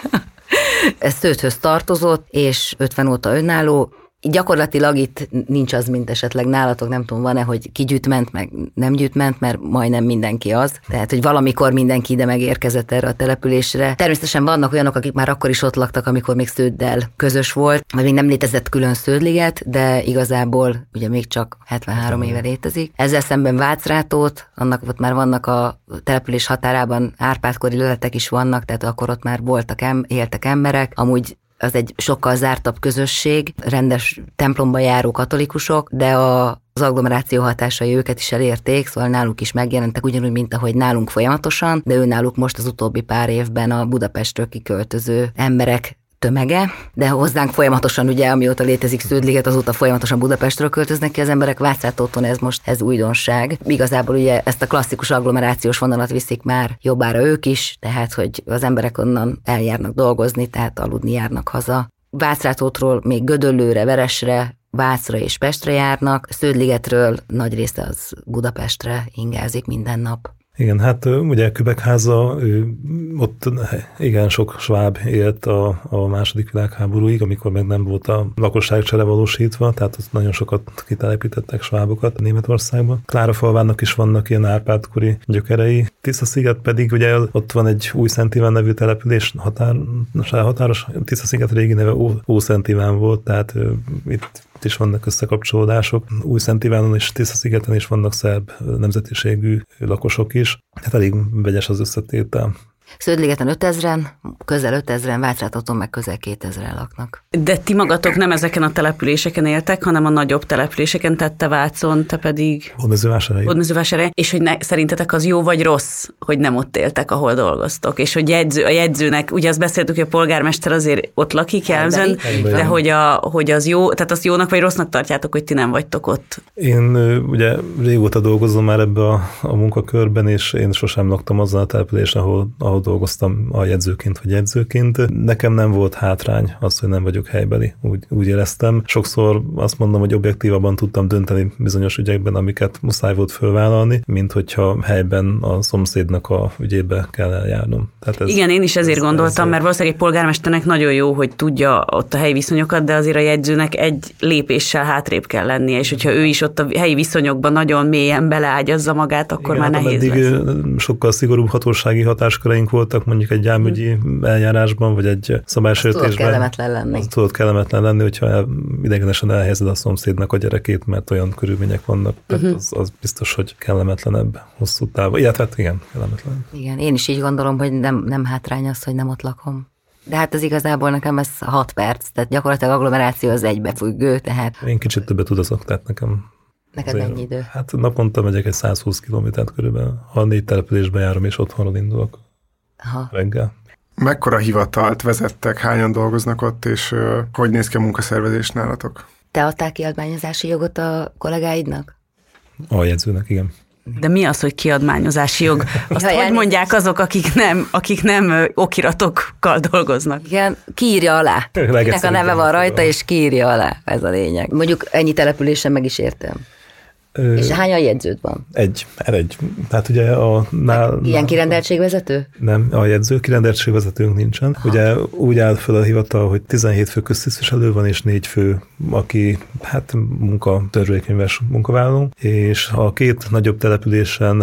Ez Sződhöz tartozott, és 50 óta önálló. Gyakorlatilag itt nincs az, mint esetleg nálatok, nem tudom, van-e, hogy ki gyűjtment, meg nem gyűjtment, mert majdnem mindenki az. Tehát, hogy valamikor mindenki ide megérkezett erre a településre. Természetesen vannak olyanok, akik már akkor is ott laktak, amikor még Sződdel közös volt, vagy még nem létezett külön Sződliget, de igazából ugye még csak 73 éve létezik. Ezzel szemben Vácrátót, annak ott már vannak a település határában Árpád-kori leletek is vannak, tehát akkor ott már éltek emberek. Amúgy az egy sokkal zártabb közösség, rendes templomba járó katolikusok, de az agglomeráció hatásai őket is elérték, szóval náluk is megjelentek ugyanúgy, mint ahogy nálunk folyamatosan, de náluk most az utóbbi pár évben a Budapestről kiköltöző emberek tömege, de hozzánk folyamatosan, ugye, amióta létezik Sződliget, azóta folyamatosan Budapestről költöznek ki az emberek, Vácrátóton ez újdonság. Igazából ugye ezt a klasszikus agglomerációs vonalat viszik már jobbára ők is, tehát hogy az emberek onnan eljárnak dolgozni, tehát aludni járnak haza. Vácrátótról még Gödöllőre, Veresre, Vácra és Pestre járnak, Sződligetről nagy része az Budapestre ingázik minden nap. Igen, hát ugye Kübekháza, ott igen sok sváb élt a második világháborúig, amikor meg nem volt a lakosságcsere valósítva, tehát ott nagyon sokat kitelepítettek svábokat Németországban. Klárafalvának is vannak ilyen Árpád-kori gyökerei. Tiszasziget pedig ugye ott van egy Újszent Iván nevű település, határos, Tiszasziget régi neve Ószent Iván volt, tehát itt is vannak összekapcsolódások. Újszent Ivánon és Tiszaszigeten is vannak szerb nemzetiségű lakosok is. Hát elég vegyes az összetétel. Sződligeten 5000-en, közel 5000-en, Vácrátóton meg közel 2000-en laknak. De ti magatok nem ezeken a településeken éltek, hanem a nagyobb településeken, tehát te Vácon, te pedig... Hódmezővásárhely. És hogy szerintetek az jó vagy rossz, hogy nem ott éltek, ahol dolgoztok, és hogy a jegyzőnek, ugye azt beszéltük, hogy a polgármester azért ott lakik jellemzően, de hogy az jó, tehát azt jónak vagy rossznak tartjátok, hogy ti nem vagytok ott? Én ugye régóta dolgozom már ebbe a munkakörben, és én sosem laktam azon a településen, ahol dolgoztam a jegyzőként vagy jegyzőként. Nekem nem volt hátrány az, hogy nem vagyok helybeli, úgy éreztem. Sokszor azt mondom, hogy objektívabban tudtam dönteni bizonyos ügyekben, amiket muszáj volt fölvállalni, mint hogyha helyben a szomszédnak a ügyébe kell eljárnom. Igen, én is ezért gondoltam, mert valószínűleg egy polgármesternek nagyon jó, hogy tudja ott a helyi viszonyokat, de azért a jegyzőnek egy lépéssel hátrébb kell lennie, és hogyha ő is ott a helyi viszonyokban nagyon mélyen beleágyazza magát, akkor igen, már nehéz lesz. Sokkal szigorúbb hatósági hatásköreink voltak mondjuk egy gyámügyi eljárásban, vagy egy szabálysértésben. Tudod kellemetlen lenni, hogyha idegenesen elhelyezed a szomszédnak a gyerekét, mert olyan körülmények vannak. Tehát az biztos, hogy kellemetlenebb hosszú távon. Illetve igen, kellemetlen. Igen, én is így gondolom, hogy nem hátrány az, hogy nem ott lakom. De hát ez igazából nekem ez 6 perc, tehát gyakorlatilag agglomeráció az egybefüggő, tehát... Én kicsit többet utazok, tehát nekem... Neked mennyi idő? Hát naponta megyek egy 120 kilométert körülbelül. Ha 4 településben járom, és otthonról indulok. Aha. Reggel. Mekkora hivatalt vezettek, hányan dolgoznak ott, és hogy néz ki a munkaszervezés nálatok? Te adtál kiadmányozási jogot a kollégáidnak? A jegyzőnek, igen. De mi az, hogy kiadmányozási jog? Azt hogy mondják azok, akik nem okiratokkal dolgoznak? Igen, kiírja alá. Kinek a neve van rajta, és kiírja alá. Ez a lényeg. Mondjuk ennyi településen meg is értem. És hány aljegyződ van? Egy. Tehát ugye Ilyen kirendeltségvezető? Nem, a jegyző kirendeltségvezetőnk nincsen. Aha. Ugye úgy áll fel a hivatal, hogy 17 fő köztisztviselő van, és 4 fő, aki törvénykönyves munkavállaló, és a 2 nagyobb településen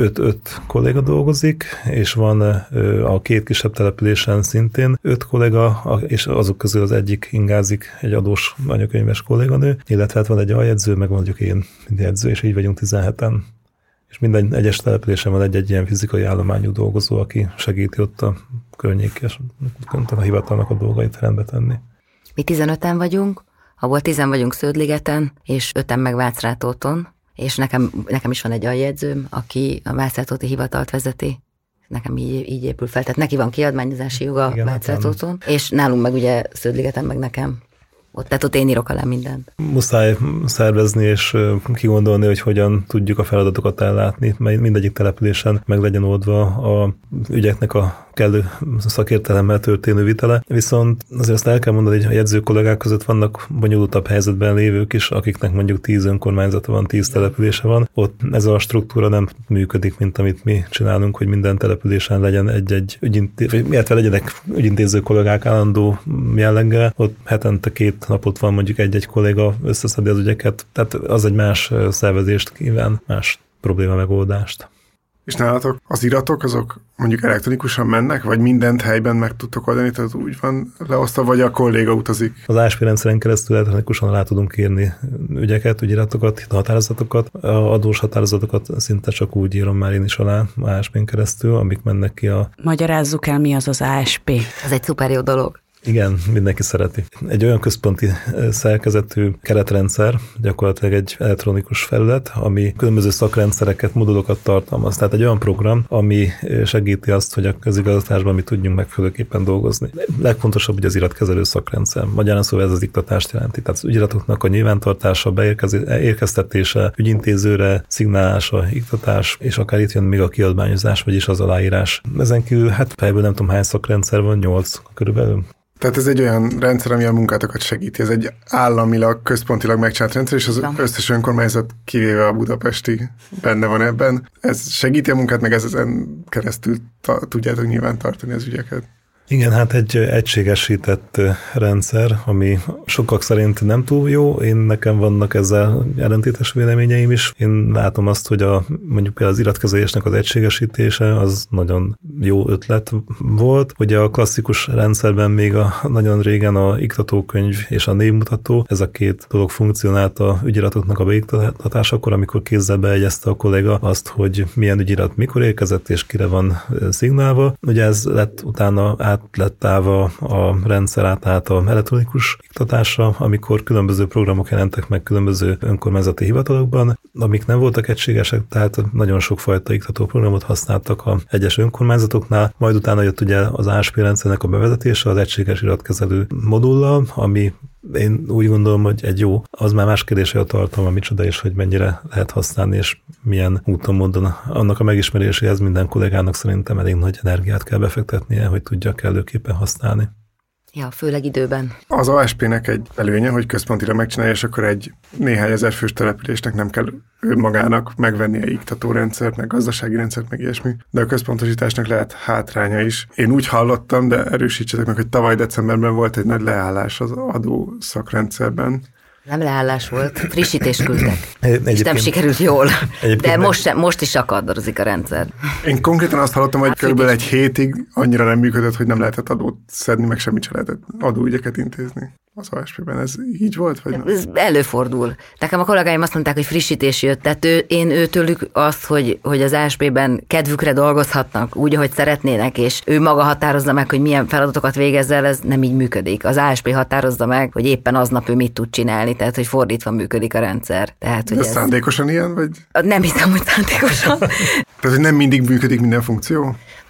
5 kolléga dolgozik, és van a 2 kisebb településen szintén 5 kolléga, és azok közül az egyik ingázik, egy adós anyakönyves kolléganő, illetve hát van egy aljegyző, meg mondjuk én, mint jegyző, és így vagyunk 17-en. És minden egyes településen van egy ilyen fizikai állományú dolgozó, aki segíti ott a környékes, a hivatalnak a dolgait rendbe tenni. Mi 15-en vagyunk, abból 10 vagyunk Sződligeten, és 5-en meg Vácrátóton, és nekem is van egy aljegyzőm, aki a Vácrátóti hivatalt vezeti. Nekem így épül fel, tehát neki van kiadmányozási joga Vácrátóton, és nálunk meg ugye Sződligeten meg nekem. Tehát ott én írok alá mindent. Muszáj szervezni és kigondolni, hogy hogyan tudjuk a feladatokat ellátni, mert mindegyik településen meg legyen oldva a ügyeknek a kellő szakértelemmel történő vitele. Viszont azért azt el kell mondani, hogy a jegyző kollégák között vannak bonyolultabb helyzetben lévők is, akiknek mondjuk 10 önkormányzata van, 10 települése van. Ott ez a struktúra nem működik, mint amit mi csinálunk, hogy minden településen legyen egy illetve legyenek ügyintéző kollégák állandó jelleggel. Ott hetente 2 napot van mondjuk egy kolléga összeszedi az ügyeket, tehát az egy más szervezést kíván, más probléma megoldást. És nálatok az iratok, azok mondjuk elektronikusan mennek, vagy mindent helyben meg tudtok oldani, tehát úgy van leosztva, vagy a kolléga utazik? Az ASP rendszeren keresztül elektronikusan rá tudunk írni ügyeket, ügyiratokat, határozatokat, adós határozatokat szinte csak úgy írom már én is alá ASP-n keresztül, amik mennek ki a... Magyarázzuk el, mi az ASP. Ez egy szuper jó dolog. Igen, mindenki szereti. Egy olyan központi szerkezetű keretrendszer, gyakorlatilag egy elektronikus felület, ami különböző szakrendszereket, modulokat tartalmaz. Tehát egy olyan program, ami segíti azt, hogy a közigazgatásban mi tudjunk megfelelőképpen dolgozni. Legfontosabb ugye az iratkezelő szakrendszer. Magyarán szóval ez az iktatást jelenti. Tehát az ügyiratoknak a nyilvántartása, érkeztetése, ügyintézőre, szignálása, iktatás, és akár itt jön még a kiadványozás, vagyis az aláírás. Ezen kívül, hát fejből nem tudom hány szakrendszer van, 8 körülbelül. Tehát ez egy olyan rendszer, ami a munkátokat segíti. Ez egy államilag, központilag megcsinált rendszer, és az összes önkormányzat, kivéve a budapesti, benne van ebben. Ez segíti a munkát, meg ezen keresztül tudjátok nyilván tartani az ügyeket. Igen, hát egy egységesített rendszer, ami sokak szerint nem túl jó. Nekem vannak ezzel ellentétes véleményeim is. Én látom azt, hogy mondjuk az iratkezelésnek az egységesítése az nagyon jó ötlet volt. Ugye a klasszikus rendszerben még nagyon régen a iktatókönyv és a névmutató, ez a 2 dolog funkcionált a ügyiratoknak a beiktatásakor, amikor kézzel beegyezte a kolléga azt, hogy milyen ügyirat mikor érkezett és kire van szignálva. Ugye ez lett utána lett állva a rendszer át a elektronikus iktatásra, amikor különböző programok jelentek meg különböző önkormányzati hivatalokban, amik nem voltak egységesek, tehát nagyon sokfajta iktatóprogramot használtak a egyes önkormányzatoknál, majd utána jött ugye az ASP rendszernek a bevezetése az egységes iratkezelő modullal, ami én úgy gondolom, hogy egy jó, az már más kérdés, hogy a tartalma micsoda, és hogy mennyire lehet használni, és milyen úton, módon annak a megismeréséhez minden kollégának szerintem elég nagy energiát kell befektetnie, hogy tudja kellőképpen használni. Ja, főleg időben. Az ASP-nek egy előnye, hogy központilag megcsinálja, és akkor egy néhány ezer fős településnek nem kell ő magának megvennie iktatórendszert, meg gazdasági rendszert, meg ilyesmi. De a központosításnak lehet hátránya is. Én úgy hallottam, de erősítsetek meg, hogy tavaly decemberben volt egy nagy leállás az adó szakrendszerben. Nem leállás volt, frissítést küldtek. És nem sikerült jól. De most is akadorozik a rendszer. Én konkrétan azt hallottam, hogy körülbelül egy hétig annyira nem működött, hogy nem lehetett adót szedni, meg semmit sem lehetett adóügyeket intézni. Az ASP-ben ez így volt? Vagy ez előfordul. Nekem a kollégáim azt mondták, hogy frissítés jött, tehát én őtőlük azt, hogy az ASP-ben kedvükre dolgozhatnak, úgy, ahogy szeretnének, és ő maga határozza meg, hogy milyen feladatokat végezzel, ez nem így működik. Az ASP határozza meg, hogy éppen aznap ő mit tud csinálni, tehát hogy fordítva működik a rendszer. Tehát, hogy ez szándékosan ilyen, vagy? Nem hiszem, hogy szándékosan. Tehát, hogy nem mindig működik minden funkció?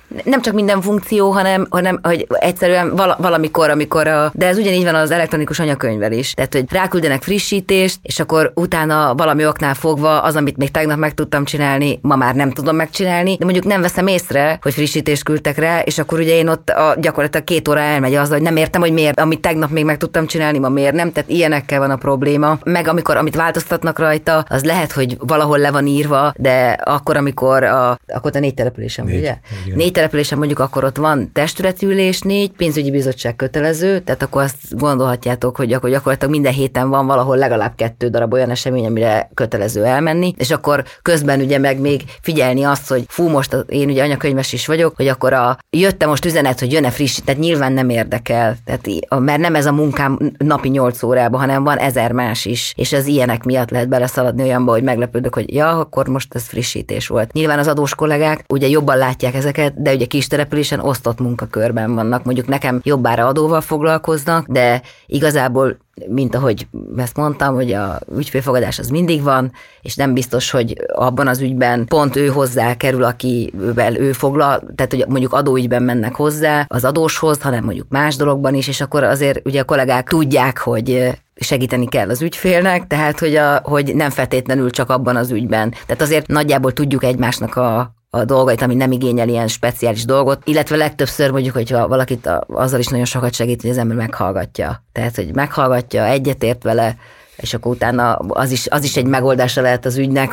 Nem csak minden funkció, hanem hogy egyszerűen valamikor, de ez ugyanígy van az elektronikus anyakönyvvel is. Tehát, hogy ráküldenek frissítést, és akkor utána valami oknál fogva az, amit még tegnap meg tudtam csinálni, ma már nem tudom megcsinálni, de mondjuk nem veszem észre, hogy frissítést küldtek rá, és akkor ugye én ott gyakorlatilag 2 óra elmegy azzal, hogy nem értem, hogy miért, amit tegnap még meg tudtam csinálni, ma miért nem. Tehát ilyenekkel van a probléma. Meg amit változtatnak rajta, az lehet, hogy valahol le van írva, de akkor, amikor akkor a 4 településen, ugye? 4 településen mondjuk akkor ott van testületi ülés, 4 pénzügyi bizottság kötelező, tehát akkor azt gondolhatjátok, hogy akkor gyakorlatilag minden héten van valahol legalább 2 darab olyan esemény, amire kötelező elmenni, és akkor közben ugye meg még figyelni azt, hogy most én ugye anyakönyves is vagyok, hogy akkor jötte most üzenet, hogy jön-e friss, tehát nyilván nem érdekel, tehát, mert nem ez a munkám napi 8 órában, hanem van 1000 más is, és az ilyenek miatt lehet beleszaladni olyanba, hogy meglepődök, hogy ja, akkor most ez frissítés volt. Nyilván az adós kollégák ugye jobban látják ezeket, de ugye kis településen osztott munkakörben vannak. Mondjuk nekem jobbára adóval foglalkoznak, de igazából, mint ahogy ezt mondtam, hogy a ügyfélfogadás az mindig van, és nem biztos, hogy abban az ügyben pont ő hozzá kerül, akivel ő foglal, tehát hogy mondjuk adóügyben mennek hozzá az adóshoz, hanem mondjuk más dologban is, és akkor azért ugye a kollégák tudják, hogy segíteni kell az ügyfélnek, tehát hogy nem feltétlenül csak abban az ügyben. Tehát azért nagyjából tudjuk egymásnak a dolgait, ami nem igényel ilyen speciális dolgot, illetve legtöbbször mondjuk, hogyha valakit azzal is nagyon sokat segít, hogy az ember meghallgatja. Tehát, hogy meghallgatja, egyetért vele, és akkor utána az is egy megoldása lehet az ügynek,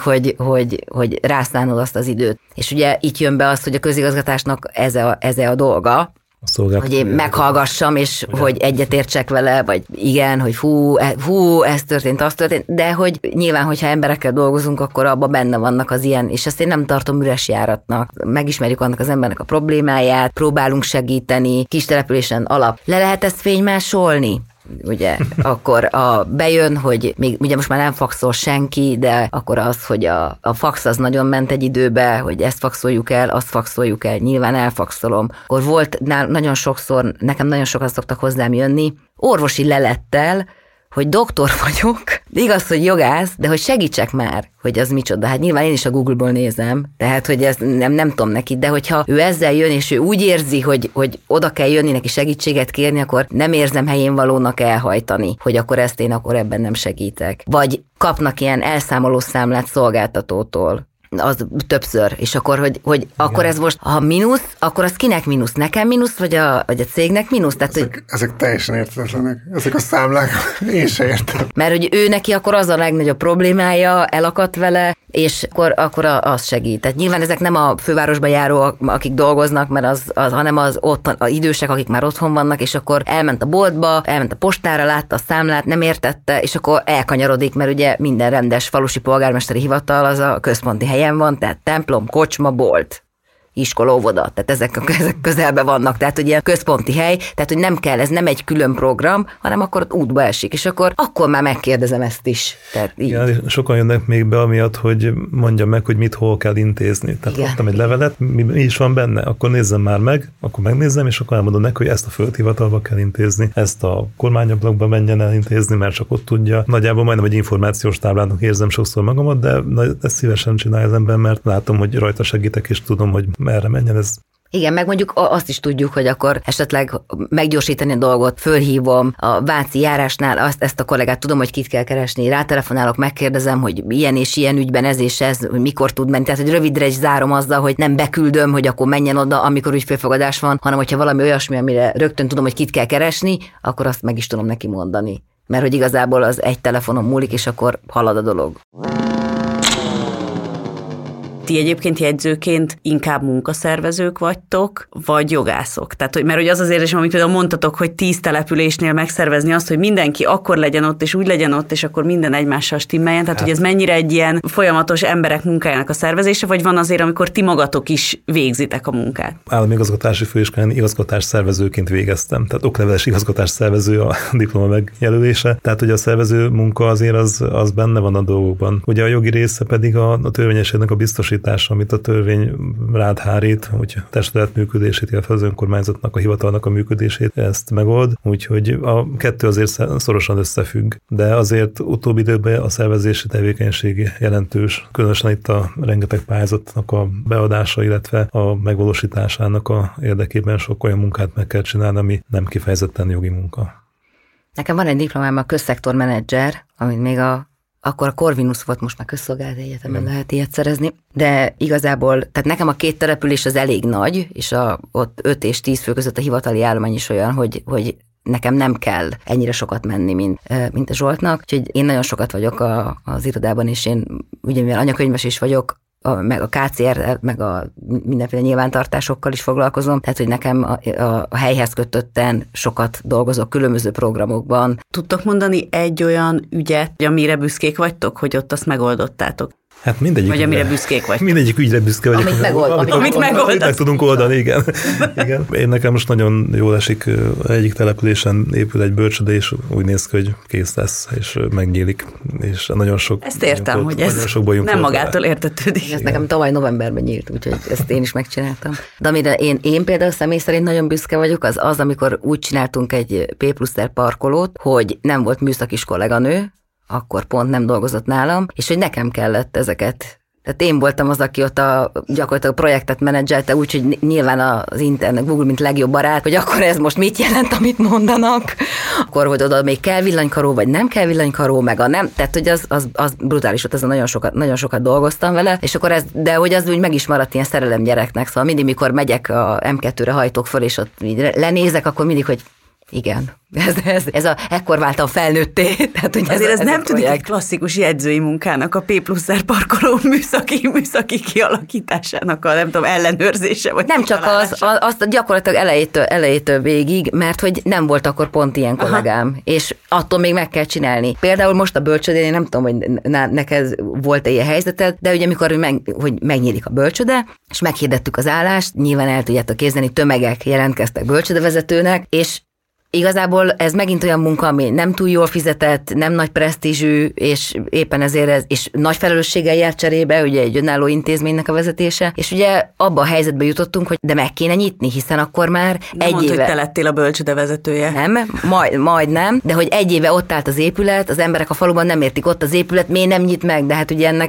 hogy rászánod azt az időt. És ugye itt jön be az, hogy a közigazgatásnak ez a dolga, hogy én meghallgassam, és ugye, hogy egyetértsek vele, vagy igen, hogy hú, ez történt, az történt, de hogy nyilván, hogyha emberekkel dolgozunk, akkor abban benne vannak az ilyen, és ezt én nem tartom üres járatnak. Megismerjük annak az embernek a problémáját, próbálunk segíteni, kis településen le lehet ezt fénymásolni? Ugye, akkor bejön, hogy még ugye most már nem faxol senki, de akkor az, hogy a fax az nagyon ment egy időbe, hogy ezt faxoljuk el, azt faxoljuk el, nyilván elfaxolom. Akkor volt nagyon sokszor, nekem nagyon sokan szoktak hozzám jönni, orvosi lelettel, hogy doktor vagyok, igaz, hogy jogász, de hogy segítsek már, hogy az micsoda. Hát nyilván én is a Google-ból nézem, tehát hogy ez nem tudom neki, de hogyha ő ezzel jön, és ő úgy érzi, hogy oda kell jönni neki segítséget kérni, akkor nem érzem helyén valónak elhajtani, hogy akkor ezt én akkor ebben nem segítek. Vagy kapnak ilyen elszámoló számlát szolgáltatótól. Az többször, és akkor, hogy akkor ez most, ha mínusz, akkor az kinek mínusz? Nekem mínusz, vagy a cégnek mínusz? Tehát, ezek teljesen értetlenek. Ezek a számlák, én se értem. Mert hogy ő neki akkor az a legnagyobb problémája, elakadt vele, és akkor az segít. Tehát nyilván ezek nem a fővárosba járóak, akik dolgoznak, mert hanem az idősek, akik már otthon vannak, és akkor elment a boltba, elment a postára, látta a számlát, nem értette, és akkor elkanyarodik, mert ugye minden rendes falusi polgármesteri hivatal az a központi helyen van, tehát templom, kocsma, bolt, iskola, óvoda, tehát ezek közelben vannak, tehát hogy ilyen központi hely, tehát hogy nem kell, ez nem egy külön program, hanem akkor ott útba esik, és akkor már megkérdezem ezt is. Tehát így. Igen, sokan jönnek még be amiatt, hogy mondjam meg, hogy mit hol kell intézni. Tehát adtam egy levelet, mi is van benne, akkor nézzem már meg, akkor megnézem, és akkor elmondom neki, hogy ezt a földhivatalba kell intézni, ezt a kormányablakba menjen el intézni, mert csak ott tudja. Nagyjából majdnem egy információs táblának érzem sokszor magamat, de ezt szívesen csinálja az ember, mert látom, hogy rajta segítek, és tudom, hogy merre menjen ez. Igen, meg mondjuk azt is tudjuk, hogy akkor esetleg meggyorsítani a dolgot, fölhívom a váci járásnál, ezt a kollégát tudom, hogy kit kell keresni, rátelefonálok, megkérdezem, hogy ilyen és ilyen ügyben ez és ez, hogy mikor tud menni. Tehát, hogy rövidre is zárom azzal, hogy nem beküldöm, hogy akkor menjen oda, amikor ügyfélfogadás van, hanem hogyha valami olyasmi, amire rögtön tudom, hogy kit kell keresni, akkor azt meg is tudom neki mondani. Mert hogy igazából az egy telefonon múlik, és akkor halad a dolog. Ti egyébként jegyzőként inkább munkaszervezők vagytok, vagy jogászok? Tehát, mert hogy az az érzésem, amit például mondtatok, hogy 10 településnél megszervezni azt, hogy mindenki akkor legyen ott, és úgy legyen ott, és akkor minden egymással stimmeljen. Tehát, hogy ez mennyire egy ilyen folyamatos emberek munkájának a szervezése, vagy van azért, amikor ti magatok is végzitek a munkát? Állami igazgatási főiskolán igazgatás szervezőként végeztem. Tehát okleveles igazgatás szervező a diploma megjelölése. Tehát, hogy a szervező munka azért az benne van a dolgokban. Ugye a jogi része pedig a törvényességnek a biztosítása jogosítás, amit a törvény rád hárít, hogy testület működését, illetve az önkormányzatnak, a hivatalnak a működését ezt megold, úgyhogy a kettő azért szorosan összefügg. De azért utóbbi időben a szervezési tevékenység jelentős, különösen itt a rengeteg pályázatnak a beadása, illetve a megvalósításának a érdekében sok olyan munkát meg kell csinálni, ami nem kifejezetten jogi munka. Nekem van egy diplomám a közszektormenedzser, amit még akkor a Corvinus volt, most már közszolgálati egyetemen lehet ilyet szerezni, de igazából, tehát nekem a 2 település az elég nagy, és ott 5 és 10 fő között a hivatali állomány is olyan, hogy nekem nem kell ennyire sokat menni, mint a Zsoltnak, úgyhogy én nagyon sokat vagyok az irodában, és én ugye mivel anyakönyves is vagyok, meg a KCR, meg a mindenféle nyilvántartásokkal is foglalkozom, tehát hogy nekem a helyhez kötötten sokat dolgozok különböző programokban. Tudtok mondani egy olyan ügyet, amire büszkék vagytok, hogy ott azt megoldottátok? Hát mindegyik. Vagy amire büszkék vagy. Mindegyik ügyre büszke vagyok. Amit meg tudunk oldani, igen. Igen. Én nekem most nagyon jól esik, egyik településen épül egy bölcsöde, és úgy néz ki, hogy kész lesz, és megnyílik. És nagyon sok... Ezt értem, hogy ez nem magától értetődik. Ez nekem tavaly novemberben nyílt, úgyhogy ezt én is megcsináltam. De amire én például személy szerint nagyon büszke vagyok, az, amikor úgy csináltunk egy P+R parkolót, hogy nem volt műszakis kolléganő, akkor pont nem dolgozott nálam, és hogy nekem kellett ezeket. Tehát én voltam az, aki ott gyakorlatilag a projektet menedzselte, úgyhogy nyilván az internet, Google, mint legjobb barát, hogy akkor ez most mit jelent, amit mondanak, akkor, hogy oda még kell villanykaró, vagy nem kell villanykaró, meg a nem, tehát hogy az brutális volt, azon nagyon sokat dolgoztam vele, és akkor de hogy az úgy meg is maradt ilyen szerelem gyereknek, szóval mindig, mikor megyek a M2-re, hajtok föl, és ott lenézek, akkor mindig, hogy igen, ekkor váltam felnőtté. Tehát, hogy azért ez nem tűnik egy klasszikus jegyzői munkának, a P+R parkoló műszaki kialakításának a nem tudom, ellenőrzése. Vagy nem csak azt gyakorlatilag elejétől végig, mert hogy nem volt akkor pont ilyen kollégám, és attól még meg kell csinálni. Például most a bölcsödén, nem tudom, hogy neked volt-e ilyen helyzeted, de ugye amikor hogy megnyílik a bölcsöde, és meghirdettük az állást, nyilván el tudjátok képzelni, tömegek jelentkeztek bölcsödevezetőnek, és igazából ez megint olyan munka, ami nem túl jól fizetett, nem nagy presztízsű, és éppen ezért és nagy felelősséggel jár cserébe, ugye egy önálló intézménynek a vezetése, és ugye abba a helyzetbe jutottunk, hogy de meg kéne nyitni, hiszen akkor már nem egy éve... hogy te lettél a bölcsöde vezetője. Nem, majd nem, de hogy egy éve ott állt az épület, az emberek a faluban nem értik, ott az épület, miért nem nyit meg, de hát ugye ennek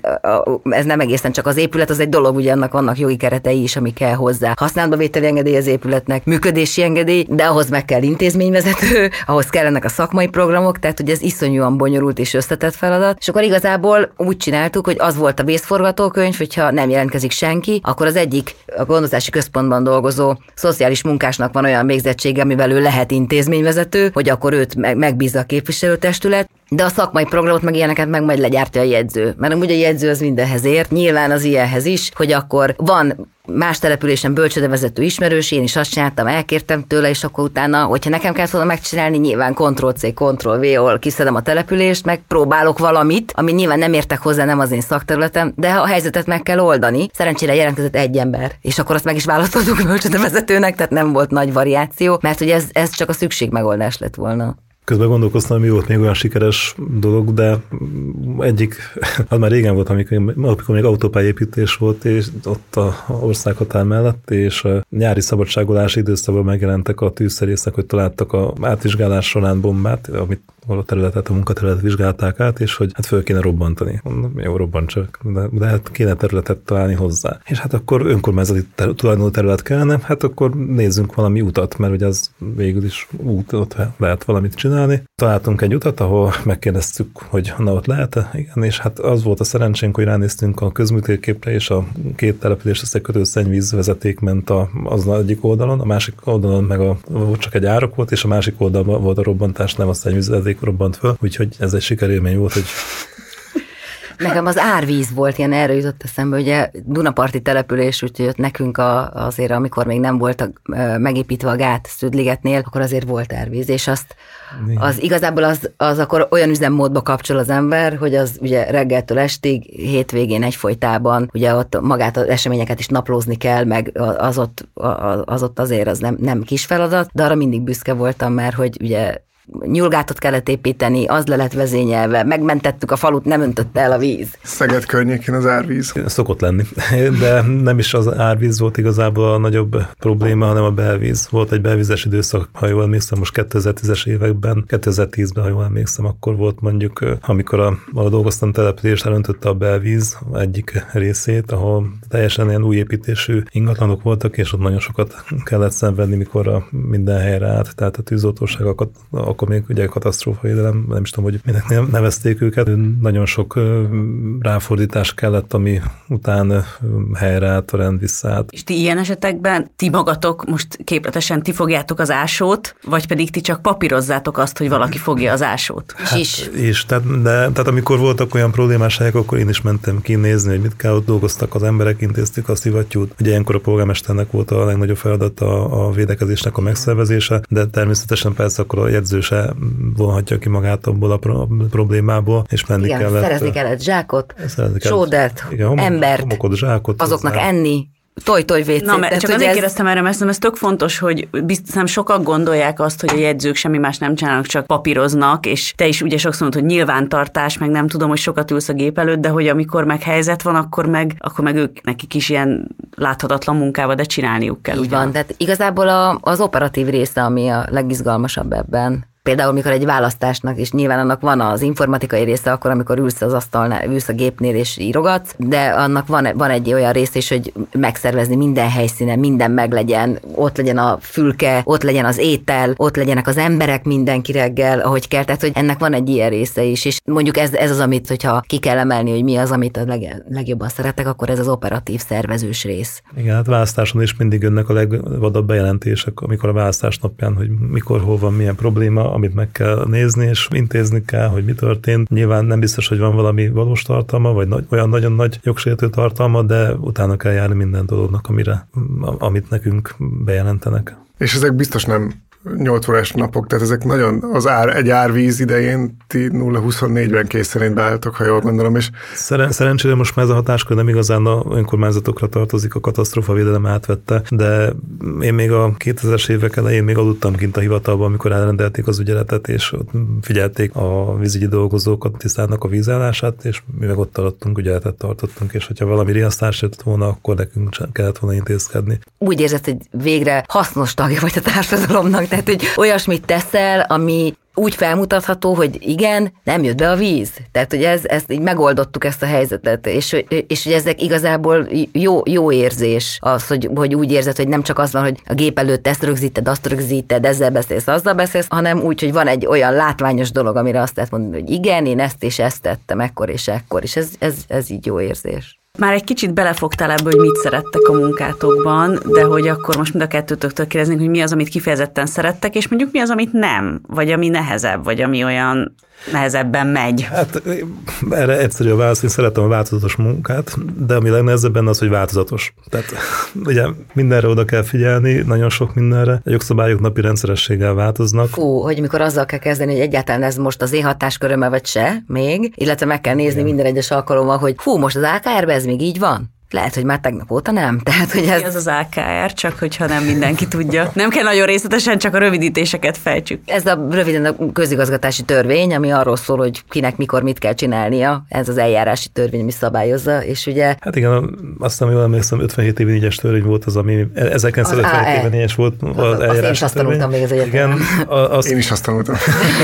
ez nem egészen csak az épület, az egy dolog, ugye annak vannak jogi keretei is, ami kell hozzá. Használatba vételi engedély az épületnek, működési engedély, de ahhoz meg kell intézményvezető, ahhoz kellenek a szakmai programok, tehát hogy ez iszonyúan bonyolult és összetett feladat. És akkor igazából úgy csináltuk, hogy az volt a vészforgatókönyv, hogyha nem jelentkezik senki, akkor az egyik a gondozási központban dolgozó szociális munkásnak van olyan végzettsége, amivel ő lehet intézményvezető, hogy akkor őt megbízza a képviselőtestület, de a szakmai programot meg ilyeneket meg majd legyártja a jegyző. Mert ugye a jegyző az mindenhez ért, nyilván az ilyenhez is, hogy akkor van más településen bölcsödevezető ismerős, én is azt csináltam, elkértem tőle, és akkor utána, hogyha nekem kellett volna megcsinálni, nyilván Ctrl-C, Ctrl-V, ahol kiszedem a települést, meg próbálok valamit, ami nyilván nem értek hozzá, nem az én szakterületem, de a helyzetet meg kell oldani. Szerencsére jelentkezett egy ember, és akkor azt meg is választottuk bölcsödevezetőnek, tehát nem volt nagy variáció, mert ugye ez csak a szükségmegoldás lett volna. Közben gondolkoztam, mi volt még olyan sikeres dolog, de egyik, az már régen volt, amikor még autópályépítés volt, és ott a országhatár mellett, és a nyári szabadságolási időszakban megjelentek a tűzszerészek, hogy találtak a átvizsgálás során bombát, amit a munkaterületet vizsgálták át, és hogy hát föl kéne robbantani. Mondom, jó, robbantsak, de hát kéne területet találni hozzá. És hát akkor önkormányzati tulajdonú terület kellene, hát akkor nézzünk valami utat, mert ugye az végül is út, ott lehet valamit csinálni. Találtunk egy utat, ahol megkérdeztük, hogy na ott lehet-e, igen, és hát az volt a szerencsénk, hogy ránéztünk a közműtérképre, és a két település összekötő szennyvízvezeték ment az egyik oldalon, a másik oldalon meg csak egy árok volt, és a másik oldalon volt a robbantás, nem a szennyvízvezeték robbant föl, úgyhogy ez egy sikerélmény volt, hogy... Nekem az árvíz volt, ilyen erre jutott eszembe, ugye Dunaparti település, úgyhogy ott nekünk azért, amikor még nem volt megépítve a gát Szüdligetnél, akkor azért volt árvíz, és az igazából az akkor olyan üzemmódba kapcsol az ember, hogy az ugye reggeltől estig, hétvégén egyfolytában, ugye ott magát az eseményeket is naplózni kell, meg az ott azért az nem kis feladat, de arra mindig büszke voltam, mert hogy ugye nyulgátot kellett építeni, az le lett vezényelve, megmentettük a falut, nem öntötte el a víz. Szeged környékén az árvíz. Szokott lenni, de nem is az árvíz volt igazából a nagyobb probléma, hanem a belvíz. Volt egy belvízes időszak, ha jól emlékszem, most 2010-es években, 2010-ben, ha jól emlékszem, akkor volt mondjuk, amikor ahol dolgoztam települést, elöntötte a belvíz egyik részét, ahol teljesen ilyen új építésű ingatlanok voltak, és ott nagyon sokat kellett szenvedni, mikor minden helyre állt, tehát a tűzoltóság, akkor még ugye katasztrófavédelem, nem is tudom, hogy minek nevezték őket, nagyon sok ráfordítás kellett, ami után helyreállt, a rend visszaállt. És ti ilyen esetekben, ti magatok most képletesen ti fogjátok az ásót, vagy pedig ti csak papírozzátok azt, hogy valaki fogja az ásót? Tehát amikor voltak olyan problémás helyek, akkor én is mentem ki nézni, hogy mit kell, ott dolgoztak az emberek, intézték a szivattyút. Ugye ilyenkor a polgármesternek volt a legnagyobb feladata a védekezésnek a megszervezése, de természetesen persze akkor a jegyző se vonhatja ki magát abból a problémából, és menni kellett. Szerezni kellett zsákot, sódert, embert, homokot, zsákot, azoknak hozzá. Enni, toj-toj-vécét. Na, mert csak azért kérdeztem erre, mert ez tök fontos, hogy biztosan sokan gondolják azt, hogy a jegyzők semmi más nem csinálnak, csak papíroznak, és te is ugye sokszor mondod, hogy nyilvántartás, meg nem tudom, hogy sokat ülsz a gép előtt, de hogy amikor meg helyzet van, akkor meg ők nekik is ilyen láthatatlan munkába, de csinálniuk kell. Így van, tehát igazából az operatív része, ami a legizgalmasabb ebben. Például, mikor egy választásnak, és nyilván annak van az informatikai része, akkor, amikor ülsz az asztalnál, ülsz a gépnél és írogatsz, de annak van egy olyan része is, hogy megszervezni minden helyszínen, minden meglegyen, ott legyen a fülke, ott legyen az étel, ott legyenek az emberek mindenki reggel, ahogy kell, tehát hogy ennek van egy ilyen része is, és mondjuk ez az, amit, hogyha ki kell emelni, hogy mi az, amit a legjobban szeretek, akkor ez az operatív szervezős rész. Igen, hát választáson is mindig jönnek a legvadabb bejelentések, amikor a választás napján, hogy mikor, hol van, milyen probléma, amit meg kell nézni, és intézni kell, hogy mi történt. Nyilván nem biztos, hogy van valami valós tartalma, vagy olyan nagyon nagy jogsértő tartalma, de utána kell járni minden dolognak, amit nekünk bejelentenek. És ezek biztos nem 8 órás napok, tehát ezek nagyon egy árvíz idején ti 0-24-ben kész szerint beálltok, ha jól gondolom, és szerencsére most már ez a hatáskör nem igazán a önkormányzatokra tartozik, a katasztrófavédelem átvette, de én még a 2000-es évek elején még aludtam kint a hivatalban, amikor elrendelték az ügyeletet, és ott figyelték a vízügyi dolgozókat, tisztának a vízállását, és mi meg ott alattunk, ügyeletet tartottunk, és hogyha valami riasztás jött volna, akkor nekünk kellett volna intézkedni. Úgy érzed, hogy végre hasznos tagja vagy a társadalomnak, tehát hogy olyasmit teszel, ami úgy felmutatható, hogy igen, nem jött be a víz. Tehát, hogy ezt így megoldottuk ezt a helyzetet, és hogy ezek igazából jó érzés az, hogy úgy érzed, hogy nem csak az van, hogy a gép előtt ezt rögzíted, azt rögzíted, ezzel beszélsz, azzal beszélsz, hanem úgy, hogy van egy olyan látványos dolog, amire azt lehet mondani, hogy igen, én ezt és ezt tettem ekkor és ekkor, és ez így jó érzés. Már egy kicsit belefogtál ebbe, hogy mit szerettek a munkátokban, de hogy akkor most mind a kettőtöktől kérdeznénk, hogy mi az, amit kifejezetten szerettek, és mondjuk mi az, amit nem, vagy ami nehezebb, vagy ami olyan nehezebben megy. Hát erre egyszerű a válasz, én szeretem a változatos munkát, de ami legnehezebb benne az, hogy változatos. Tehát ugye mindenre oda kell figyelni, nagyon sok mindenre. A jogszabályok napi rendszerességgel változnak. Hogy mikor azzal kell kezdeni, hogy egyáltalán ez most az én hatáskörömmel vagy se még, illetve meg kell nézni minden egyes alkalommal, hogy most az AKR-ben ez még így van? Lehet, hogy már tegnap óta nem. Tehát, hogy ez az AKR, csak hogyha nem mindenki tudja. Nem kell nagyon részletesen, csak a rövidítéseket fejtsük. Ez a röviden a közigazgatási törvény, ami arról szól, hogy kinek mikor mit kell csinálnia. Ez az eljárási törvény, ami szabályozza, és ugye... Hát igen, azt nem jól emlékszem, 57 évi 4-es törvény volt az, ami 1957-es volt az eljárási én is azt tanultam még az egyetemen. Én is azt tanultam.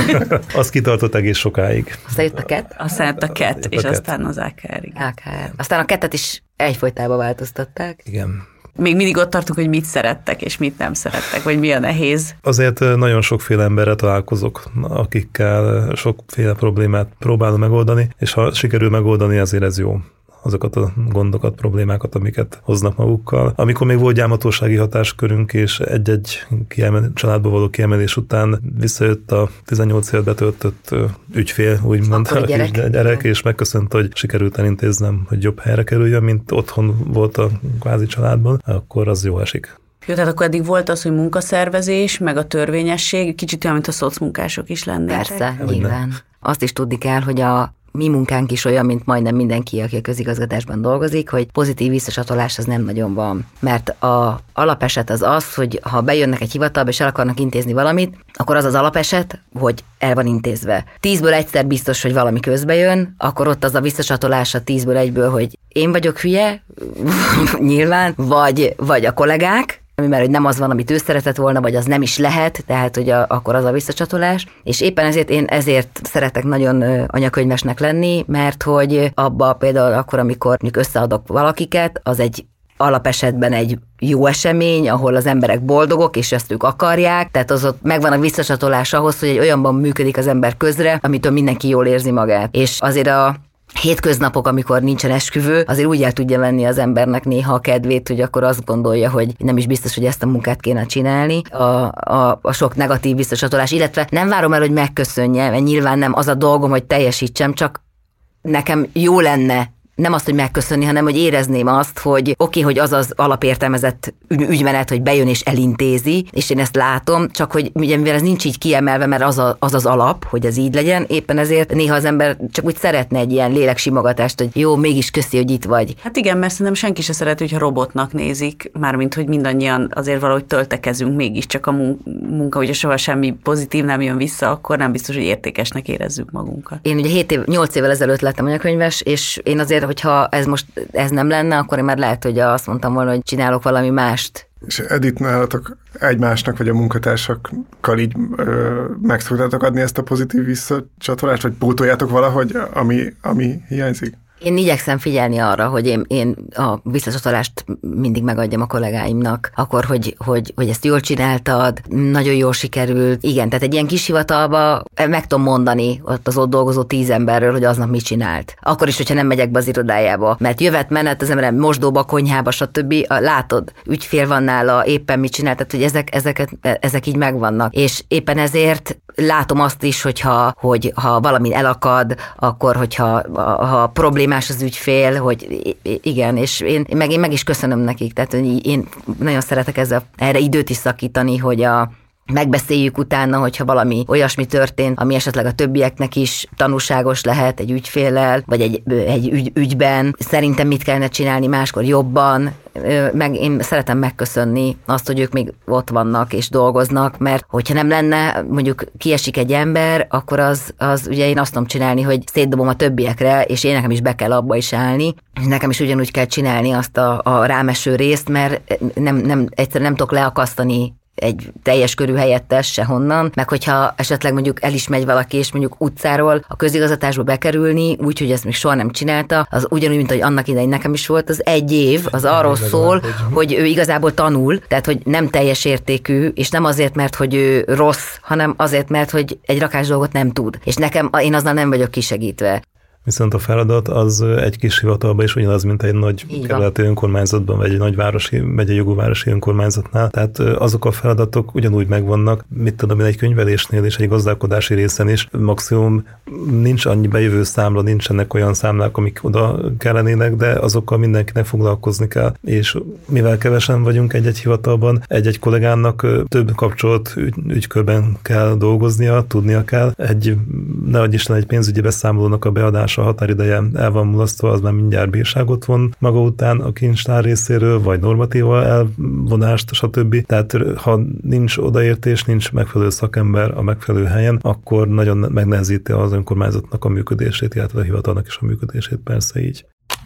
Azt kitartott egész sokáig. Aztán jött a KET. Aztán jött a KET, és aztán az AKR. Aztán a KET-et is egyfolytában változtatták. Igen. Még mindig ott tartunk, hogy mit szerettek, és mit nem szerettek, vagy mi a nehéz. Azért nagyon sokféle emberre találkozok, akikkel sokféle problémát próbálom megoldani, és ha sikerül megoldani, azért ez jó. Azokat a gondokat, problémákat, amiket hoznak magukkal. Amikor még volt gyámhatósági hatáskörünk, és egy-egy családba való kiemelés után visszajött a 18 évet betöltött ügyfél, úgymond a gyerek, és megköszönt, hogy sikerült elintéznem, hogy jobb helyre kerüljön, mint otthon volt a kvázi családban, akkor az jó esik. Jó, tehát akkor eddig volt az, hogy munkaszervezés, meg a törvényesség, kicsit olyan, mint a szocmunkások is lennének. Persze, nyilván. Azt is tudni kell, hogy a mi munkánk is olyan, mint majdnem mindenki, aki a közigazgatásban dolgozik, hogy pozitív visszacsatolás az nem nagyon van. Mert a alapeset az, hogy ha bejönnek egy hivatalba és el akarnak intézni valamit, akkor az alapeset, hogy el van intézve. 10-ből egyszer biztos, hogy valami közbe jön, akkor ott az a visszacsatolás a 10-ből 1-ből, hogy én vagyok hülye, nyilván, vagy a kollégák, mert hogy nem az van, amit ő szeretett volna, vagy az nem is lehet, tehát hogy akkor az a visszacsatolás. És éppen ezért szeretek nagyon anyakönyvesnek lenni, mert hogy abba például akkor, amikor összeadok valakiket, az egy alapesetben egy jó esemény, ahol az emberek boldogok, és ezt ők akarják, tehát az ott megvan a visszacsatolás ahhoz, hogy egy olyanban működik az ember közre, amitől mindenki jól érzi magát. És azért a hétköznapok, amikor nincsen esküvő, azért úgy el tudja venni az embernek néha a kedvét, hogy akkor azt gondolja, hogy nem is biztos, hogy ezt a munkát kéne csinálni. A sok negatív visszacsatolás, illetve nem várom el, hogy megköszönje, mert nyilván nem az a dolgom, hogy teljesítsem, csak nekem jó lenne nem azt, hogy megköszönni, hanem hogy érezném azt, hogy oké, hogy az az alapértelmezett ügymenet, hogy bejön és elintézi, és én ezt látom, csak hogy ugye, mivel ez nincs így kiemelve, mert az alap, hogy ez így legyen, éppen ezért néha az ember csak úgy szeretne egy ilyen léleksimogatást, hogy jó, mégis köszi, hogy itt vagy. Hát igen, mert szerintem senki se szereti, hogyha robotnak nézik, mármint, hogy mindannyian azért valahogy töltekezünk, mégiscsak a munka, hogyha soha semmi pozitív nem jön vissza, akkor nem biztos, hogy értékesnek érezzük magunkat. Én ugye 8 évvel ezelőtt lettem anyakönyves, és én azért, hogyha ez nem lenne, akkor én már lehet, hogy azt mondtam volna, hogy csinálok valami mást. És Edith, nálatok egymásnak, vagy a munkatársakkal így meg szoktátok adni ezt a pozitív visszacsatolást, vagy pótoljátok valahogy, ami hiányzik? Én igyekszem figyelni arra, hogy én a visszacsatolást mindig megadjam a kollégáimnak, akkor, hogy ezt jól csináltad, nagyon jól sikerült. Igen, tehát egy ilyen kis hivatalba meg tudom mondani ott dolgozó 10 emberről, hogy aznap mit csinált. Akkor is, hogyha nem megyek be az irodájába. Mert jövet menet az ember mosdóba, konyhába, stb. Látod, ügyfél van nála, éppen mit csinált, tehát hogy ezek így megvannak. És éppen ezért látom azt is, hogyha valami elakad, akkor, ha problémás az ügyfél, hogy igen, és én meg is köszönöm nekik, tehát én nagyon szeretek erre időt is szakítani, hogy megbeszéljük utána, hogyha valami olyasmi történt, ami esetleg a többieknek is tanúságos lehet egy ügyféllel, vagy egy ügyben. Szerintem mit kellene csinálni máskor jobban, meg én szeretem megköszönni azt, hogy ők még ott vannak és dolgoznak, mert hogyha nem lenne, mondjuk kiesik egy ember, akkor az ugye én azt tudom csinálni, hogy szétdobom a többiekre, és én nekem is be kell abba is állni. Nekem is ugyanúgy kell csinálni azt a rámeső részt, mert egyszerűen nem tudok leakasztani egy teljes körű helyettes sehonnan, meg hogyha esetleg mondjuk el is megy valaki, és mondjuk utcáról a közigazgatásba bekerülni, úgyhogy ezt még soha nem csinálta, az ugyanúgy, mint hogy annak idején nekem is volt, az 1 év, az arról szól, hogy ő igazából tanul, tehát hogy nem teljes értékű, és nem azért, mert hogy ő rossz, hanem azért, mert hogy egy rakás dolgot nem tud. És én aznal nem vagyok kisegítve. Viszont a feladat az egy kis hivatalban is ugyanaz, mint egy nagy kerületi önkormányzatban, vagy egy nagy megyei jogú városi önkormányzatnál. Tehát azok a feladatok ugyanúgy megvannak, mit tudom én, egy könyvelésnél és egy gazdálkodási részen is. Maximum nincs annyi bejövő számla, nincsenek olyan számlák, amik oda kellenének, de azokkal mindenkinek foglalkozni kell. És mivel kevesen vagyunk egy-egy hivatalban, egy-egy kollégának több kapcsolat ügykörben kell dolgoznia, tudnia kell. Nehogy Isten, egy pénzügyi beszámolónak a beadása a határideje el van mulasztva, az már mindjárt bírságot von maga után a kincstár részéről, vagy normatíva elvonást, stb. Tehát ha nincs odaértés, nincs megfelelő szakember a megfelelő helyen, akkor nagyon megnehezíti az önkormányzatnak a működését, illetve a hivatalnak is a működését, persze így.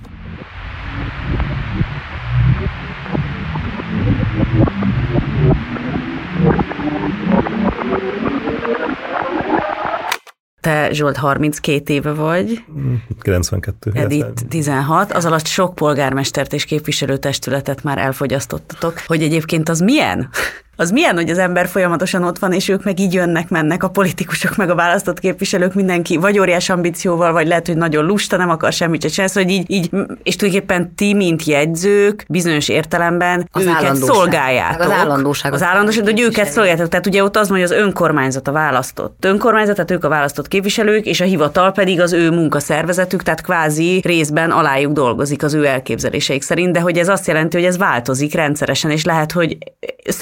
Te, Zsolt, 32 éve vagy. 92. Edith 16. Az alatt sok polgármestert és képviselőtestületet már elfogyasztottatok. Hogy egyébként az milyen? Az milyen, hogy az ember folyamatosan ott van, és ők meg így jönnek-mennek, a politikusok, meg a választott képviselők, mindenki vagy óriás ambícióval, vagy lehet, hogy nagyon lusta, nem akar semmit se csinálni, szóval így, és tulajdonképpen ti, mint jegyzők, bizonyos értelemben az őket szolgáljátok. Az állandóság, hogy őket szolgáljátok. Tehát ugye ott az mondja, hogy az önkormányzat a választott önkormányzat, tehát ők a választott képviselők, és a hivatal pedig az ő munkaszervezetük, tehát kvázi részben alájuk dolgozik az ő elképzeléseik szerint, de hogy ez azt jelenti, hogy ez változik rendszeresen, és lehet, hogy szöges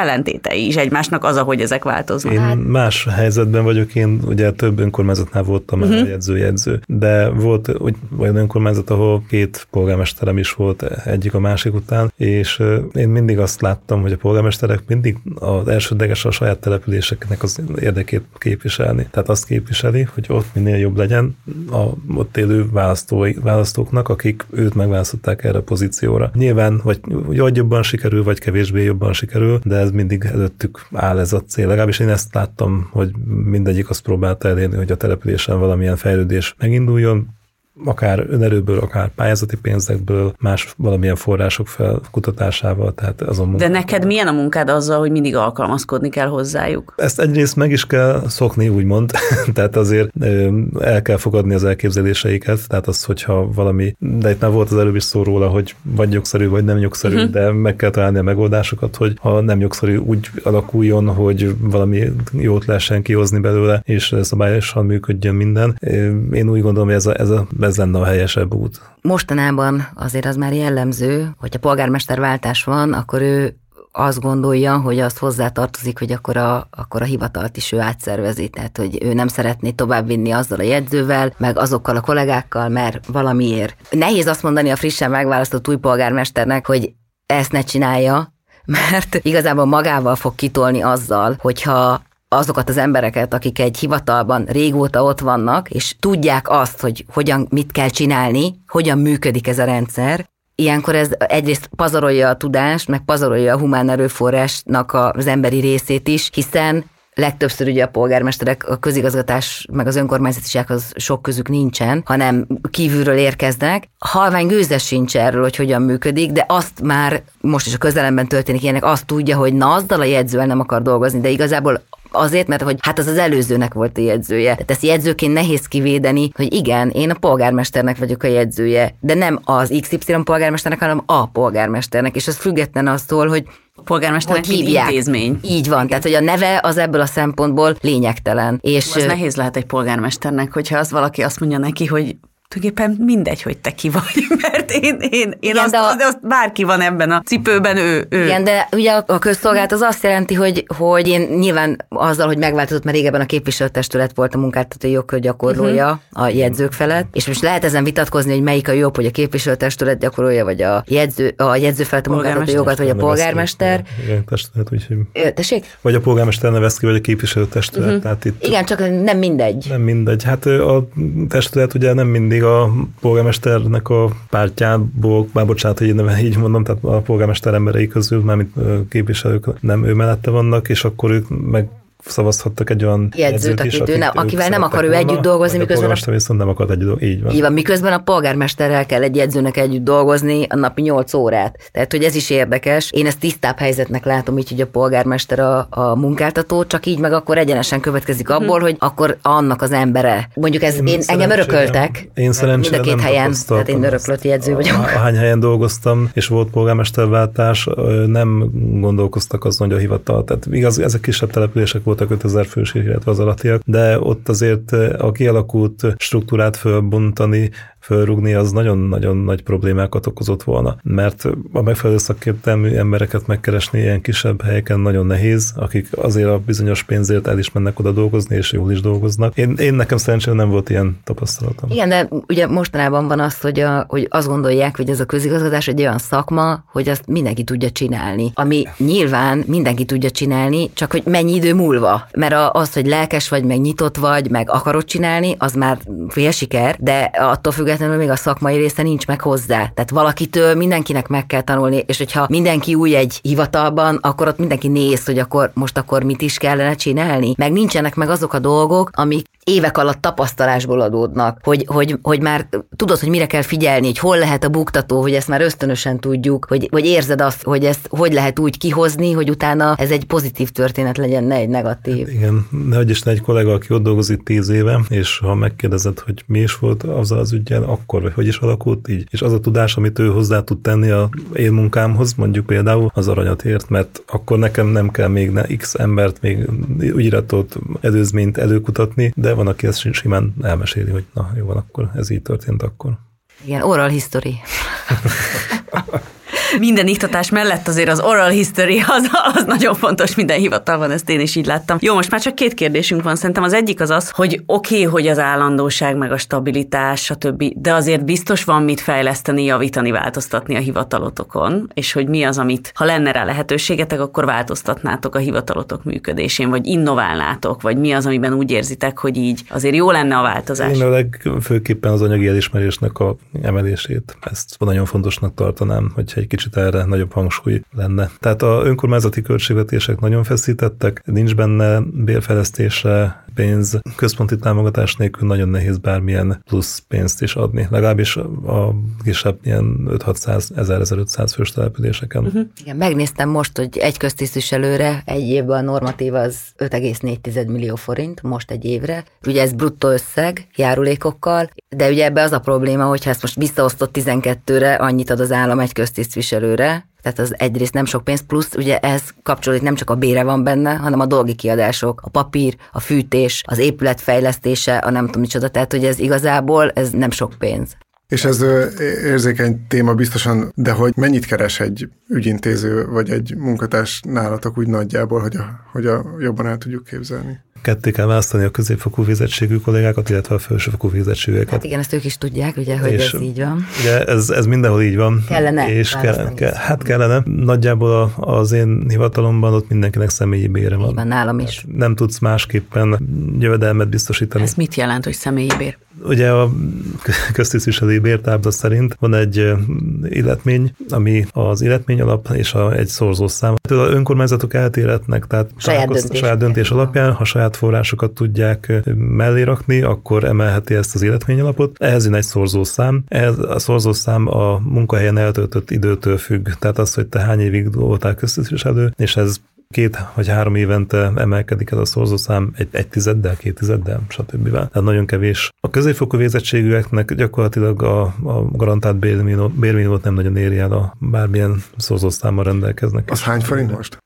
ellentétei is egymásnak az, ahogy ezek változnak. Én más helyzetben vagyok, én ugye több önkormányzatnál voltam a jegyző, de volt olyan önkormányzat, ahol 2 polgármesterem is volt egyik a másik után, és én mindig azt láttam, hogy a polgármesterek mindig az elsődleges a saját településeknek az érdekét képviselni. Tehát azt képviseli, hogy ott minél jobb legyen a ott élő választóknak, akik őt megválasztották erre a pozícióra. Nyilván vagy jobban sikerül, vagy kevésbé jobban sikerül, de ez mindig előttük áll ez a cél. Legalábbis én ezt láttam, hogy mindegyik azt próbálta elérni, hogy a településen valamilyen fejlődés meginduljon, akár önerőből, akár pályázati pénzekből, más valamilyen források felkutatásával. Tehát azon De neked milyen a munkád azzal, hogy mindig alkalmazkodni kell hozzájuk? Ezt egyrészt meg is kell szokni, úgymond, tehát azért el kell fogadni az elképzeléseiket, tehát az, hogyha valami, de itt már volt az előbb is szó róla, hogy vagy jogszerű, vagy nem jogszerű, de meg kell találni a megoldásokat, hogy ha nem jogszerű, úgy alakuljon, hogy valami jót lehessen kihozni belőle, és szabályosan működjön minden. Én úgy gondolom, hogy ez lenne a helyesebb út. Mostanában azért az már jellemző, hogyha polgármesterváltás van, akkor ő azt gondolja, hogy azt hozzátartozik, hogy akkor a hivatalt is ő átszervezi, tehát hogy ő nem szeretné továbbvinni azzal a jegyzővel, meg azokkal a kollégákkal, mert valamiért. Nehéz azt mondani a frissen megválasztott új polgármesternek, hogy ezt ne csinálja, mert igazából magával fog kitolni azzal, hogyha azokat az embereket, akik egy hivatalban régóta ott vannak, és tudják azt, hogy mit kell csinálni, hogyan működik ez a rendszer. Ilyenkor ez egyrészt pazarolja a tudást, meg pazarolja a humán erőforrásnak az emberi részét is, hiszen legtöbbször ugye a polgármesterek, a közigazgatás, meg az önkormányzatisághoz sok közük nincsen, hanem kívülről érkeznek. Halvány gőze sincs erről, hogy hogyan működik, de azt már most is a közelemben történik ilyenek, azt tudja, hogy na, azzal a jegyzővel nem akar dolgozni, de igazából azért, mert hogy hát az előzőnek volt a jegyzője. Tehát ezt jegyzőként nehéz kivédeni, hogy igen, én a polgármesternek vagyok a jegyzője, de nem az XY polgármesternek, hanem a polgármesternek, és az független attól, hogy a polgármesternek hívják. Intézmény. Így van, tehát hogy a neve az ebből a szempontból lényegtelen. És az nehéz lehet egy polgármesternek, hogyha az valaki azt mondja neki, hogy tulajdonképpen mindegy, hogy te ki vagy, mert én igen, azt bárki van ebben a cipőben, ő. Igen, de ugye a közszolgálat az azt jelenti, hogy én nyilván azzal, hogy megváltozott, mert régebben a képviselőtestület volt a munkáltatói jogkör gyakorlója a jegyzők felett, és most lehet ezen vitatkozni, hogy melyik a jobb, hogy a képviselőtestület gyakorolja, vagy a jegyző felett a munkáltatói jogat, vagy a polgármester. Igen, testület, úgyhogy. Tessék? Vagy a polgármester nevez ki, vagy a képviselőtestület. Tehát itt igen, csak nem mindegy. Nem mindegy. Hát a testület ugye nem mindig a polgármesternek a pártjából, már bocsánat, hogy én így mondom, tehát a polgármester emberei közül, mármint képviselők nem ő mellette vannak, és akkor ők meg szavazhattak egy olyan jegyzőt, akivel nem akar ő együtt dolgozni, miközben a polgármester viszont nem akar együtt, így van. Így van, miközben a polgármesterrel kell egy jegyzőnek együtt dolgozni a napi 8 órát. Tehát, hogy ez is érdekes. Én ezt tisztább helyzetnek látom így, hogy a polgármester a munkáltató, csak így meg akkor egyenesen következik abból, hogy akkor annak az embere. Mondjuk engem örököltek. Én szerencsére mind a 2 helyen, tehát én öröklött jegyző vagyok. Ahány helyen dolgoztam, és volt polgármesterváltás, nem gondolkoztak azon, hogy a hivatal. Tehát igaz, ezek kisebb települések voltak 5000 fős, illetve az alattiak, de ott azért a kialakult struktúrát fölbontani, fölrúgni, az nagyon-nagyon nagy problémákat okozott volna. Mert a megfelelő szakértelmű embereket megkeresni ilyen kisebb helyeken nagyon nehéz, akik azért a bizonyos pénzért el is mennek oda dolgozni, és jól is dolgoznak. Én nekem szerencsére nem volt ilyen tapasztalatom. Igen, de ugye mostanában van az, hogy azt gondolják, hogy ez a közigazgatás egy olyan szakma, hogy azt mindenki tudja csinálni. Ami nyilván mindenki tudja csinálni, csak hogy mennyi idő múlva. Mert az, hogy lelkes vagy, meg nyitott vagy, meg akarod csinálni, az már fél siker, de attól függetlenül még a szakmai része nincs meg hozzá. Tehát valakitől mindenkinek meg kell tanulni, és hogyha mindenki új egy hivatalban, akkor ott mindenki néz, hogy akkor mit is kellene csinálni. Meg nincsenek meg azok a dolgok, amik évek alatt tapasztalásból adódnak, hogy már tudod, hogy mire kell figyelni, hogy hol lehet a buktató, hogy ezt már ösztönösen tudjuk, hogy érzed azt, hogy ezt hogy lehet úgy kihozni, hogy utána ez egy pozitív történet legyen, ne egy negatív. Igen, nehogy is egy kollega, aki ott dolgozik 10 éve, és ha megkérdezed, hogy mi is volt azzal az ügyen, akkor vagy hogy is alakult így, és az a tudás, amit ő hozzá tud tenni a én munkámhoz, mondjuk például, az aranyat ért, mert akkor nekem nem kell még x embert, még ügyiratot, előzményt előkutatni, de van, aki ezt simán elmeséli, hogy na, jó van, akkor ez így történt akkor. Igen, oral history. minden iktatás mellett azért az oral history az nagyon fontos minden hivatalban, ezt én is így láttam. Jó, most már csak 2 kérdésünk van, szerintem az egyik az, hogy oké, hogy az állandóság, meg a stabilitás, stb., de azért biztos van mit fejleszteni, javítani, változtatni a hivatalotokon, és hogy mi az, amit, ha lenne rá lehetőségetek, akkor változtatnátok a hivatalotok működésén, vagy innoválnátok, vagy mi az, amiben úgy érzitek, hogy így azért jó lenne a változás. Én a legfőképpen az anyagi elismerésnek a emelését. Ezt nagyon fontosnak tartanám, hogyha egy kicsit erre nagyobb hangsúly lenne. Tehát a önkormányzati költségvetések nagyon feszítettek, nincs benne bérfejlesztésre pénz, központi támogatás nélkül nagyon nehéz bármilyen plusz pénzt is adni. Legalábbis a kisebb ilyen 500-600-1000-1500 fős településeken. Igen, megnéztem most, hogy egy köztisztviselőre egy évben a normatív az 5,4 millió forint, most egy évre. Ugye ez bruttó összeg, járulékokkal, de ugye ebbe az a probléma, hogyha ezt most visszaosztott 12-re, annyit ad az állam egy köztisztviselőre, tehát az egyrészt nem sok pénz, plusz ugye ez kapcsolódik, nem csak a bére van benne, hanem a dolgi kiadások, a papír, a fűtés, az épület fejlesztése, a nem tudom micsoda, tehát hogy ez igazából ez nem sok pénz. És ez érzékeny téma biztosan, de hogy mennyit keres egy ügyintéző vagy egy munkatárs nálatok úgy nagyjából, hogy jobban el tudjuk képzelni? Ketté kell választani a középfokú végzettségű kollégákat, illetve a felsőfokú végzettségűeket. Hát igen, ezt ők is tudják, ugye, hogy ez így van. Ugye ez mindenhol így van. Kellene. És kellene. Nagyjából az én hivatalomban ott mindenkinek személyi bére van. Így van, nálam is. Nem tudsz másképpen jövedelmet biztosítani. Ez mit jelent, hogy személyi bér? Ugye a köztisztviselői bértábla szerint van egy illetmény, ami az illetmény alap és egy szorzószám. Az önkormányzatok eltérhetnek, tehát saját döntés alapján, ha saját forrásokat tudják mellé rakni, akkor emelheti ezt az illetmény alapot. Ehhez jön egy szorzószám. A szorzószám a munkahelyen eltöltött időtől függ. Tehát az, hogy te hány évig voltál köztisztviselő, és ez 2 vagy 3 évente emelkedik ez a szorzószám egy tizeddel, 2 stb. Tehát nagyon kevés. A középfokú végzettségűeknek gyakorlatilag a garantált bérminimumot nem nagyon éri el, a bármilyen szorzószámmal rendelkeznek. Az hány forint most?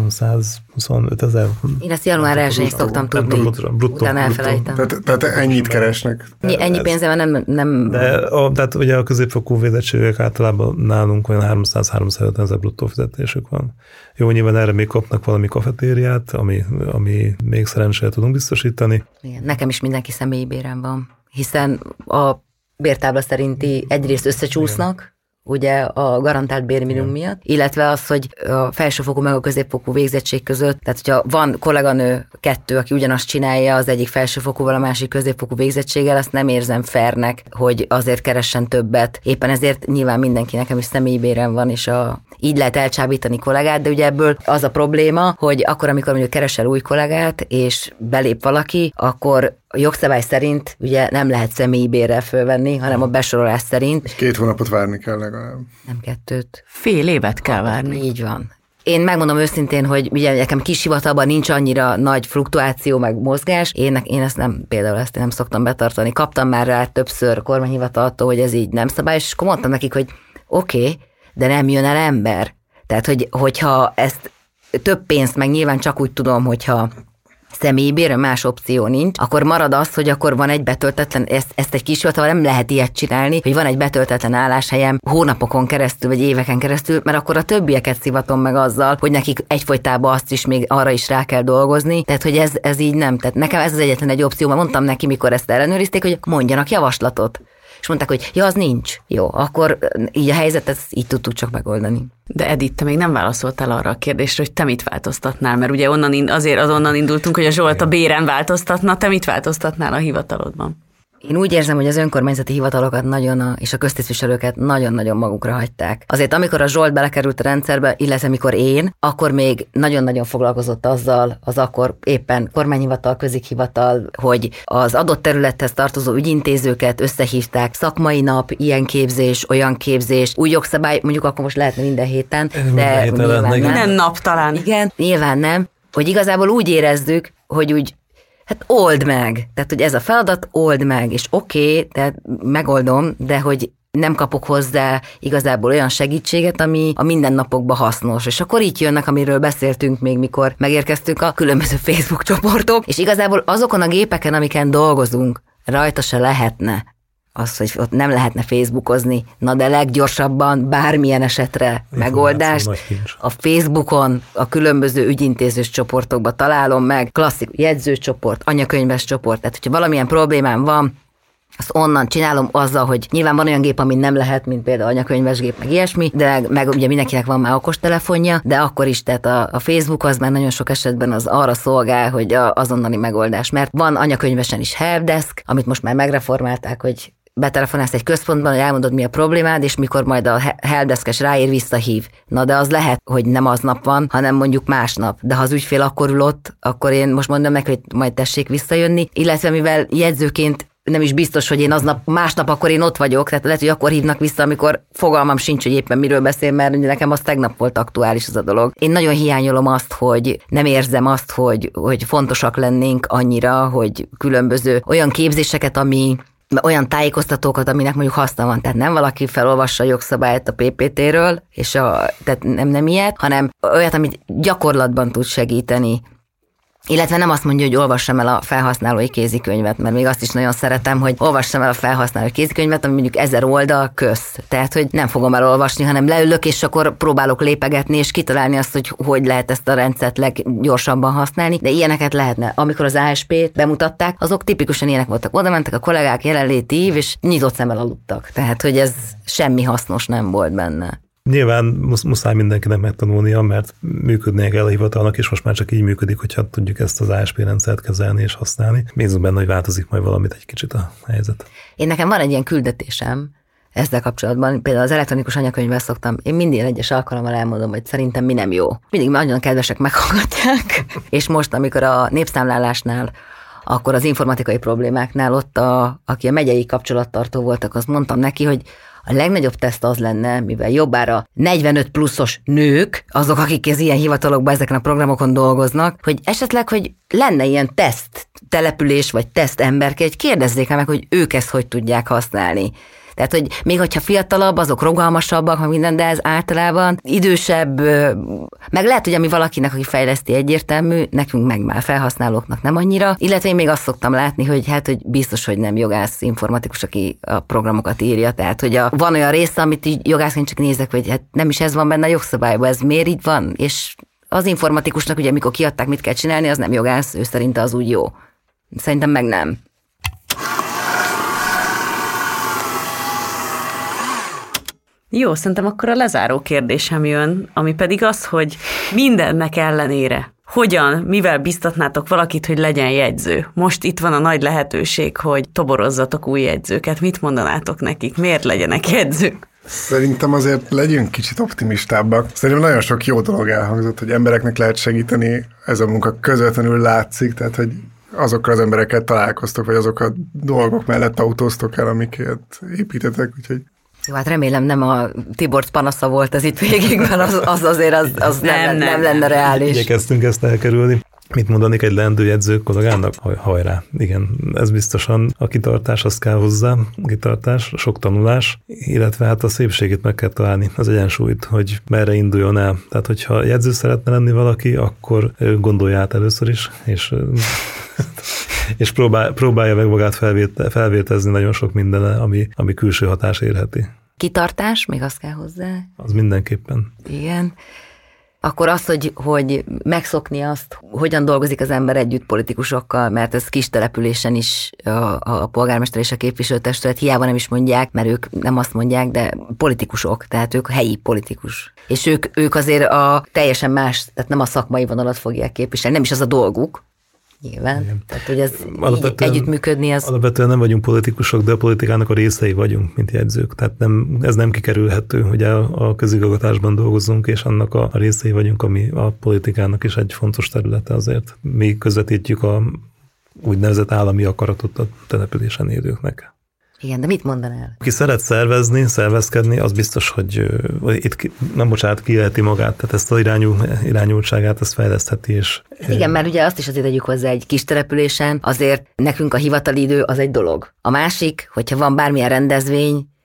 325 000. Én ezt január 1-én szoktam tudni, utána elfelejtem. Tehát ennyit keresnek. Ennyi pénzem nem... Tehát ugye a középfokú végzettségűek általában nálunk olyan 300-350 000 bruttó fizetésük van. Jó, nyilván erre még kapnak valami kafetériát, ami még szerencsére tudunk biztosítani. Igen, nekem is mindenki személyi bérem van, hiszen a bértábla szerinti egyrészt összecsúsznak, ugye a garantált bérminimum miatt, illetve az, hogy a felsőfokú meg a középfokú végzettség között, tehát hogyha van kolléganő 2, aki ugyanazt csinálja az egyik felsőfokúval, a másik középfokú végzettséggel, azt nem érzem fairnek, hogy azért keressen többet. Éppen ezért nyilván mindenki, nekem is személyi bérem van, és így lehet elcsábítani kollégát, de ugye ebből az a probléma, hogy akkor, amikor mondjuk keresel új kollégát, és belép valaki, akkor a jogszabály szerint ugye nem lehet személyi bérrel fölvenni, hanem a besorolás szerint. 2 hónapot várni kell legalább. Nem 2. Fél évet kell várni. Így van. Én megmondom őszintén, hogy ugye nekem kis hivatalban nincs annyira nagy fluktuáció, meg mozgás. Én ezt nem szoktam betartani. Kaptam már rá többször kormányhivataltól, hogy ez így nem szabályos, és akkor mondtam nekik, hogy oké, de nem jön el ember. Tehát, hogyha ezt több pénzt, meg nyilván csak úgy tudom, hogyha személyi bérre más opció nincs, akkor marad az, hogy akkor van egy betöltetlen, ezt egy kis hivatalban nem lehet ilyet csinálni, hogy van egy betöltetlen álláshelyem hónapokon keresztül, vagy éveken keresztül, mert akkor a többieket szivatom meg azzal, hogy nekik egyfolytában azt is még arra is rá kell dolgozni, tehát hogy ez így nem. Tehát nekem ez az egyetlen egy opció, mert mondtam neki, mikor ezt ellenőrizték, hogy mondjanak javaslatot. És mondták, hogy ja, az nincs. Jó, akkor így a helyzetet így tudtuk csak megoldani. De Edith, te még nem válaszoltál arra a kérdésre, hogy te mit változtatnál, mert ugye onnan indultunk, hogy a Zsolt a béren változtatna, te mit változtatnál a hivatalodban? Én úgy érzem, hogy az önkormányzati hivatalokat és a köztisztviselőket nagyon-nagyon magukra hagyták. Azért amikor a Zsolt belekerült a rendszerbe, illetve amikor én, akkor még nagyon-nagyon foglalkozott azzal az akkor éppen kormányhivatal, közighivatal, hogy az adott területhez tartozó ügyintézőket összehívták, szakmai nap, ilyen képzés, olyan képzés, új jogszabály, mondjuk akkor most lehetne minden héten, de nyilván nem. Minden nap talán. Igen, nyilván nem, hogy igazából úgy érezzük, hogy úgy hát old meg. Tehát, hogy ez a feladat, old meg, és oké, tehát megoldom, de hogy nem kapok hozzá igazából olyan segítséget, ami a mindennapokban hasznos. És akkor így jönnek, amiről beszéltünk még, mikor megérkeztünk a különböző Facebook csoportok, és igazából azokon a gépeken, amiken dolgozunk, rajta se lehetne az, hogy ott nem lehetne Facebookozni, na de leggyorsabban bármilyen esetre megoldást a Facebookon, a különböző ügyintézős csoportokba találom meg, klasszik jegyzőcsoport, anyakönyves csoport, tehát hogyha valamilyen problémám van, azt onnan csinálom azzal, hogy nyilván van olyan gép, amin nem lehet, mint például anyakönyves gép, meg ilyesmi, de meg ugye mindenkinek van már okostelefonja, de akkor is, tehát a Facebook az már nagyon sok esetben az arra szolgál, hogy azonnali megoldás, mert van anyakönyvesen is helpdesk, amit most már megreformálták, hogy betelefonálsz egy központban, hogy elmondod, mi a problémád, és mikor majd a helpdeskes ráér, visszahív. Na de az lehet, hogy nem aznap van, hanem mondjuk másnap. De ha az ügyfél akkor ül ott, akkor én most mondom neki, hogy majd tessék visszajönni, illetve mivel jegyzőként nem is biztos, hogy én másnap akkor én ott vagyok, tehát lehet, hogy akkor hívnak vissza, amikor fogalmam sincs, hogy éppen miről beszél, mert nekem az tegnap volt aktuális az a dolog. Én nagyon hiányolom azt, hogy nem érzem azt, hogy fontosak lennénk annyira, hogy különböző olyan képzéseket, olyan tájékoztatókat, aminek mondjuk haszna van. Tehát nem valaki felolvassa a jogszabályt a PPT-ről, és tehát nem ilyet, hanem olyat, amit gyakorlatban tud segíteni. Illetve nem azt mondja, hogy olvassam el a felhasználói kézikönyvet, mert még azt is nagyon szeretem, hogy olvassam el a felhasználói kézikönyvet, ami mondjuk 1000 oldal Tehát, hogy nem fogom elolvasni, hanem leülök, és akkor próbálok lépegetni, és kitalálni azt, hogy lehet ezt a rendszert leggyorsabban használni. De ilyeneket lehetne. Amikor az ASP-t bemutatták, azok tipikusan ilyenek voltak. Oda mentek a kollégák jelenléti és nyitott szemmel aludtak. Tehát, hogy ez semmi hasznos nem volt benne. Nyilván muszáj mindenkinek megtanulnia, mert működnie kell a hivatalnak, és most már csak így működik, hogyha tudjuk ezt az ASP rendszert kezelni és használni. Bízunk benne, hogy változik majd valamit egy kicsit a helyzet. Nekem van egy ilyen küldetésem ezzel kapcsolatban, például az elektronikus anyakönyvvel szoktam, én minden egyes alkalommal elmondom, hogy szerintem mi nem jó. Mindig nagyon kedvesek meghallgatják, és most, amikor a népszámlálásnál, akkor az informatikai problémáknál ott, aki a megyei kapcsolattartó voltak, azt mondtam neki, hogy a legnagyobb teszt az lenne, mivel jobbára 45 pluszos nők, azok, akik az ilyen hivatalokban ezeken a programokon dolgoznak, hogy esetleg, hogy lenne ilyen teszt település, vagy teszt emberke, hogy kérdezzék meg, hogy ők ezt hogy tudják használni. Tehát, hogy még hogyha fiatalabb, azok rugalmasabbak, meg minden, de ez általában idősebb, meg lehet, hogy ami valakinek, aki fejleszti egyértelmű, nekünk meg már felhasználóknak nem annyira, illetve én még azt szoktam látni, hogy biztos, hogy nem jogász informatikus, aki a programokat írja, tehát, hogy van olyan része, amit így jogászként csak nézek, hogy hát nem is ez van benne a jogszabályban, ez miért így van, és az informatikusnak ugye, amikor kiadták, mit kell csinálni, az nem jogász, ő szerinte az úgy jó. Szerintem meg nem. Jó, szerintem akkor a lezáró kérdésem jön, ami pedig az, hogy mindennek ellenére mivel biztatnátok valakit, hogy legyen jegyző? Most itt van a nagy lehetőség, hogy toborozzatok új jegyzőket. Mit mondanátok nekik? Miért legyenek jegyzők? Szerintem azért legyünk kicsit optimistábbak. Szerintem nagyon sok jó dolog elhangzott, hogy embereknek lehet segíteni, ez a munka közvetlenül látszik, tehát hogy azokkal az emberekkel találkoztok, vagy azok a dolgok mellett autóztok el, amiket építetek, úgyhogy jó, hát remélem nem a Tibor panasza volt az itt végigben, az azért nem lenne reális. Igyekeztünk ezt elkerülni. Mit mondanék egy leendő jegyző kollégának? Hajrá! Igen, ez biztosan a kitartás, az kell hozzá, a kitartás, sok tanulás, illetve hát a szépségét meg kell találni, az egyensúlyt, hogy merre induljon el. Tehát, hogyha jegyző szeretne lenni valaki, akkor gondolja át először is, és próbálja meg magát felvértezni nagyon sok minden, ami külső hatás érheti. Kitartás, még azt kell hozzá. Az mindenképpen. Igen. Akkor az, hogy megszokni azt, hogyan dolgozik az ember együtt politikusokkal, mert ez kis településen is a polgármester és a képviselőtestület hiába nem is mondják, mert ők nem azt mondják, de politikusok, tehát ők helyi politikus. És ők azért teljesen más, tehát nem a szakmai vonalat fogják képviselni, nem is az a dolguk. Nyilván. Igen. Tehát, hogy ez együttműködni az... Alapvetően nem vagyunk politikusok, de a politikának a részei vagyunk, mint jegyzők. Tehát ez nem kikerülhető, hogy a közigazgatásban dolgozunk, és annak a részei vagyunk, ami a politikának is egy fontos területe azért. Mi közvetítjük a úgynevezett állami akaratot a településen élőknek. Igen, de mit mondanál? Aki szeret szervezkedni, az biztos, hogy itt kiheti magát, tehát ezt az irányultságát, ezt fejlesztheti. És igen, mert ugye azt is azért tegyük hozzá, egy kis településen, azért nekünk a hivatali idő az egy dolog. A másik, hogyha van bármilyen rendezvény,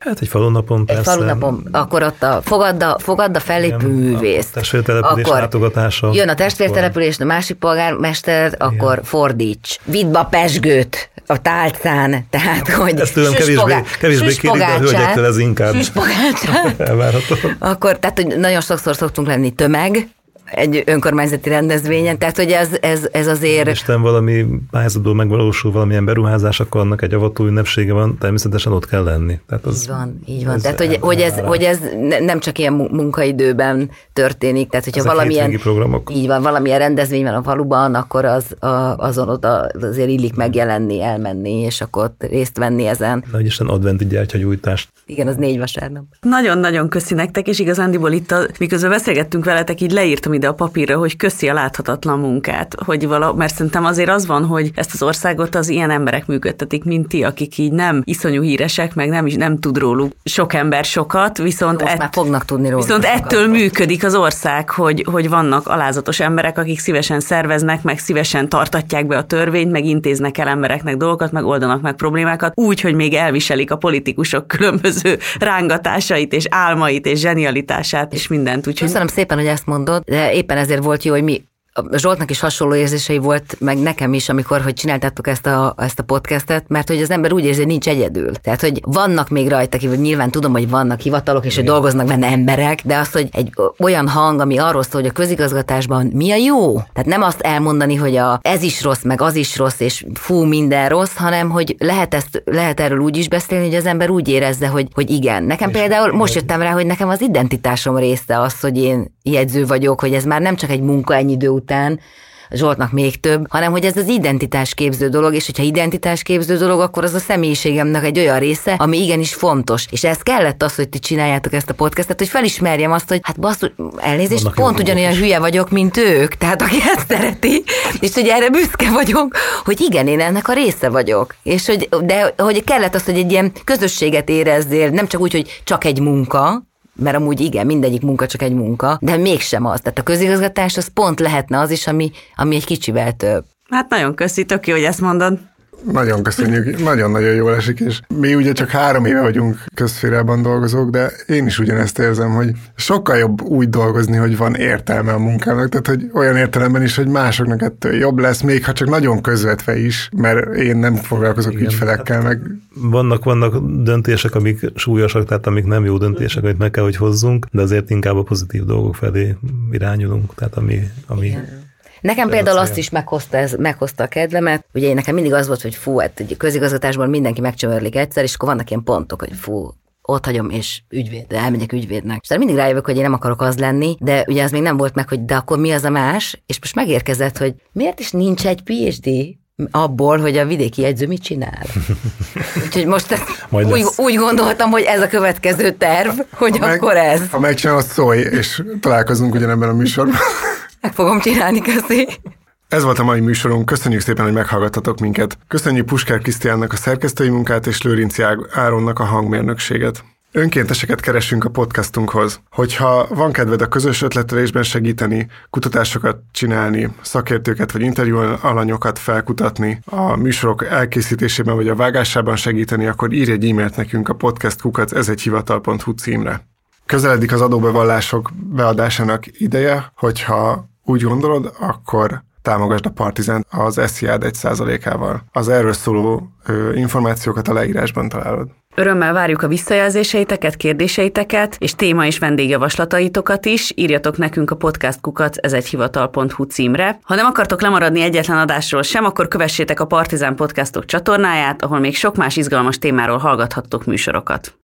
Hát egy falunapon persze. Egy falunapon, akkor ott fogadd a fellépő művészt. A testvértelepülés látogatása. Jön a testvértelepülés, a másik polgármester, akkor fordíts. Vidd be a pezsgőt a tálcán, tehát hogy ezt tőlem kevésbé kérik, de a hölgyektől ez inkább elvárható. Akkor, tehát hogy nagyon sokszor szoktunk lenni tömeg, egy önkormányzati rendezvényen, tehát hogy ez azért... Isten valami pályázatból megvalósul valamilyen beruházás, akkor annak egy avató ünnepsége van, természetesen ott kell lenni. Tehát az, így van. Tehát, hogy ez nem csak ilyen munkaidőben történik, tehát hogyha valamilyen... Így van, valamilyen rendezvény van a faluban, akkor azon ott azért illik megjelenni, elmenni, és akkor ott részt venni ezen. Nagy Isten adventi gyertyagyújtást. Igen, az 4 vasárnap. Nagyon-nagyon köszi nektek, és igazándiból itt, miközben beszélgettünk veletek, így leírtam ide a papírra, hogy köszi a láthatatlan munkát, mert szerintem azért az van, hogy ezt az országot az ilyen emberek működtetik, mint ti, akik így nem iszonyú híresek, meg nem tud róluk sok ember sokat, viszont már fognak tudni róla. Viszont ettől működik az ország, hogy vannak alázatos emberek, akik szívesen szerveznek, meg szívesen tartatják be a törvényt, meg intéznek el embereknek dolgokat, meg oldanak meg problémákat, úgy, hogy még elviselik a politikusok különböző rángatásait, és álmait, és zsenialitását, és mindent. Úgyhogy... Köszönöm szépen, hogy ezt mondod, de éppen ezért volt jó, hogy Zsoltnak is hasonló érzései volt, meg nekem is, hogy csináltátok ezt a podcastet, mert hogy az ember úgy érzi, hogy nincs egyedül. Tehát, hogy vannak még rajta, vagy nyilván tudom, hogy vannak hivatalok, és hogy dolgoznak benne emberek, de az, hogy egy olyan hang, ami arról szól, hogy a közigazgatásban mi a jó. Tehát nem azt elmondani, hogy ez is rossz, meg az is rossz, és fú, minden rossz, hanem hogy lehet erről úgy is beszélni, hogy az ember úgy érezze, hogy igen. Nekem például most jöttem rá, hogy nekem az identitásom része az, hogy én jegyző vagyok, hogy ez már nem csak egy munka ennyi idő után, Zsoltnak még több, hanem hogy ez az identitásképző dolog, és hogyha identitásképző dolog, akkor az a személyiségemnek egy olyan része, ami igenis fontos. És ez kellett az, hogy ti csináljátok ezt a podcastet, hogy felismerjem azt, hogy hát basszus, elnézést, pont ugyanolyan hülye vagyok, mint ők, tehát aki ezt szereti, és hogy erre büszke vagyok, hogy igen, én ennek a része vagyok. És hogy kellett az, hogy egy ilyen közösséget érezzél, nem csak úgy, hogy csak egy munka, mert amúgy igen, mindegyik munka csak egy munka, de mégsem az. Tehát a közigazgatás az pont lehetne az is, ami egy kicsivel több. Hát nagyon köszi, tök jó, hogy ezt mondod. Nagyon köszönjük, nagyon-nagyon jól esik, és mi ugye csak 3 éve vagyunk közszférában dolgozók, de én is ugyanezt érzem, hogy sokkal jobb úgy dolgozni, hogy van értelme a munkának, tehát hogy olyan értelemben is, hogy másoknak ettől jobb lesz, még ha csak nagyon közvetve is, mert én nem foglalkozok ügyfelekkel, meg... Vannak döntések, amik súlyosak, tehát amik nem jó döntések, amit meg kell, hogy hozzunk, de azért inkább a pozitív dolgok felé irányulunk, tehát ami Nekem például azt is meghozta a kedvemet, ugye én nekem mindig az volt, hogy fú, hát ugye közigazgatásban mindenki megcsömörlik egyszer, és akkor vannak ilyen pontok, hogy fú, ott hagyom, és elmegyek ügyvédnek. És mindig rájövök, hogy én nem akarok az lenni, de ugye az még nem volt meg, hogy de akkor mi az a más, és most megérkezett, hogy miért is nincs egy PhD abból, hogy a vidéki jegyző mit csinál. Úgyhogy most úgy gondoltam, hogy ez a következő terv, hogy akkor ez. Ha megcsinálod, szólj, és találkozunk ugyanebben a műsorban. Meg fogom csinálni, köszi. Ez volt a mai műsorunk, köszönjük szépen, hogy meghallgattatok minket. Köszönjük Puskár Krisztiánnak a szerkesztői munkát és Lőrinci Áronnak a hangmérnökséget. Önkénteseket keresünk a podcastunkhoz. Hogyha van kedved a közös ötletelésben segíteni, kutatásokat csinálni, szakértőket vagy interjú alanyokat felkutatni, a műsorok elkészítésében vagy a vágásában segíteni, akkor írj egy e-mailt nekünk a podcast@ezegyhivatal.hu címre. Közeledik az adóbevallások beadásának ideje, hogyha úgy gondolod, akkor támogasd a Partizánt az SZIA-d 1%-ával. Az erről szóló információkat a leírásban találod. Örömmel várjuk a visszajelzéseiteket, kérdéseiteket, és téma és vendégjavaslataitokat is. Írjatok nekünk a podcast@ezegyhivatal.hu címre. Ha nem akartok lemaradni egyetlen adásról sem, akkor kövessétek a Partizán Podcastok csatornáját, ahol még sok más izgalmas témáról hallgathattok műsorokat.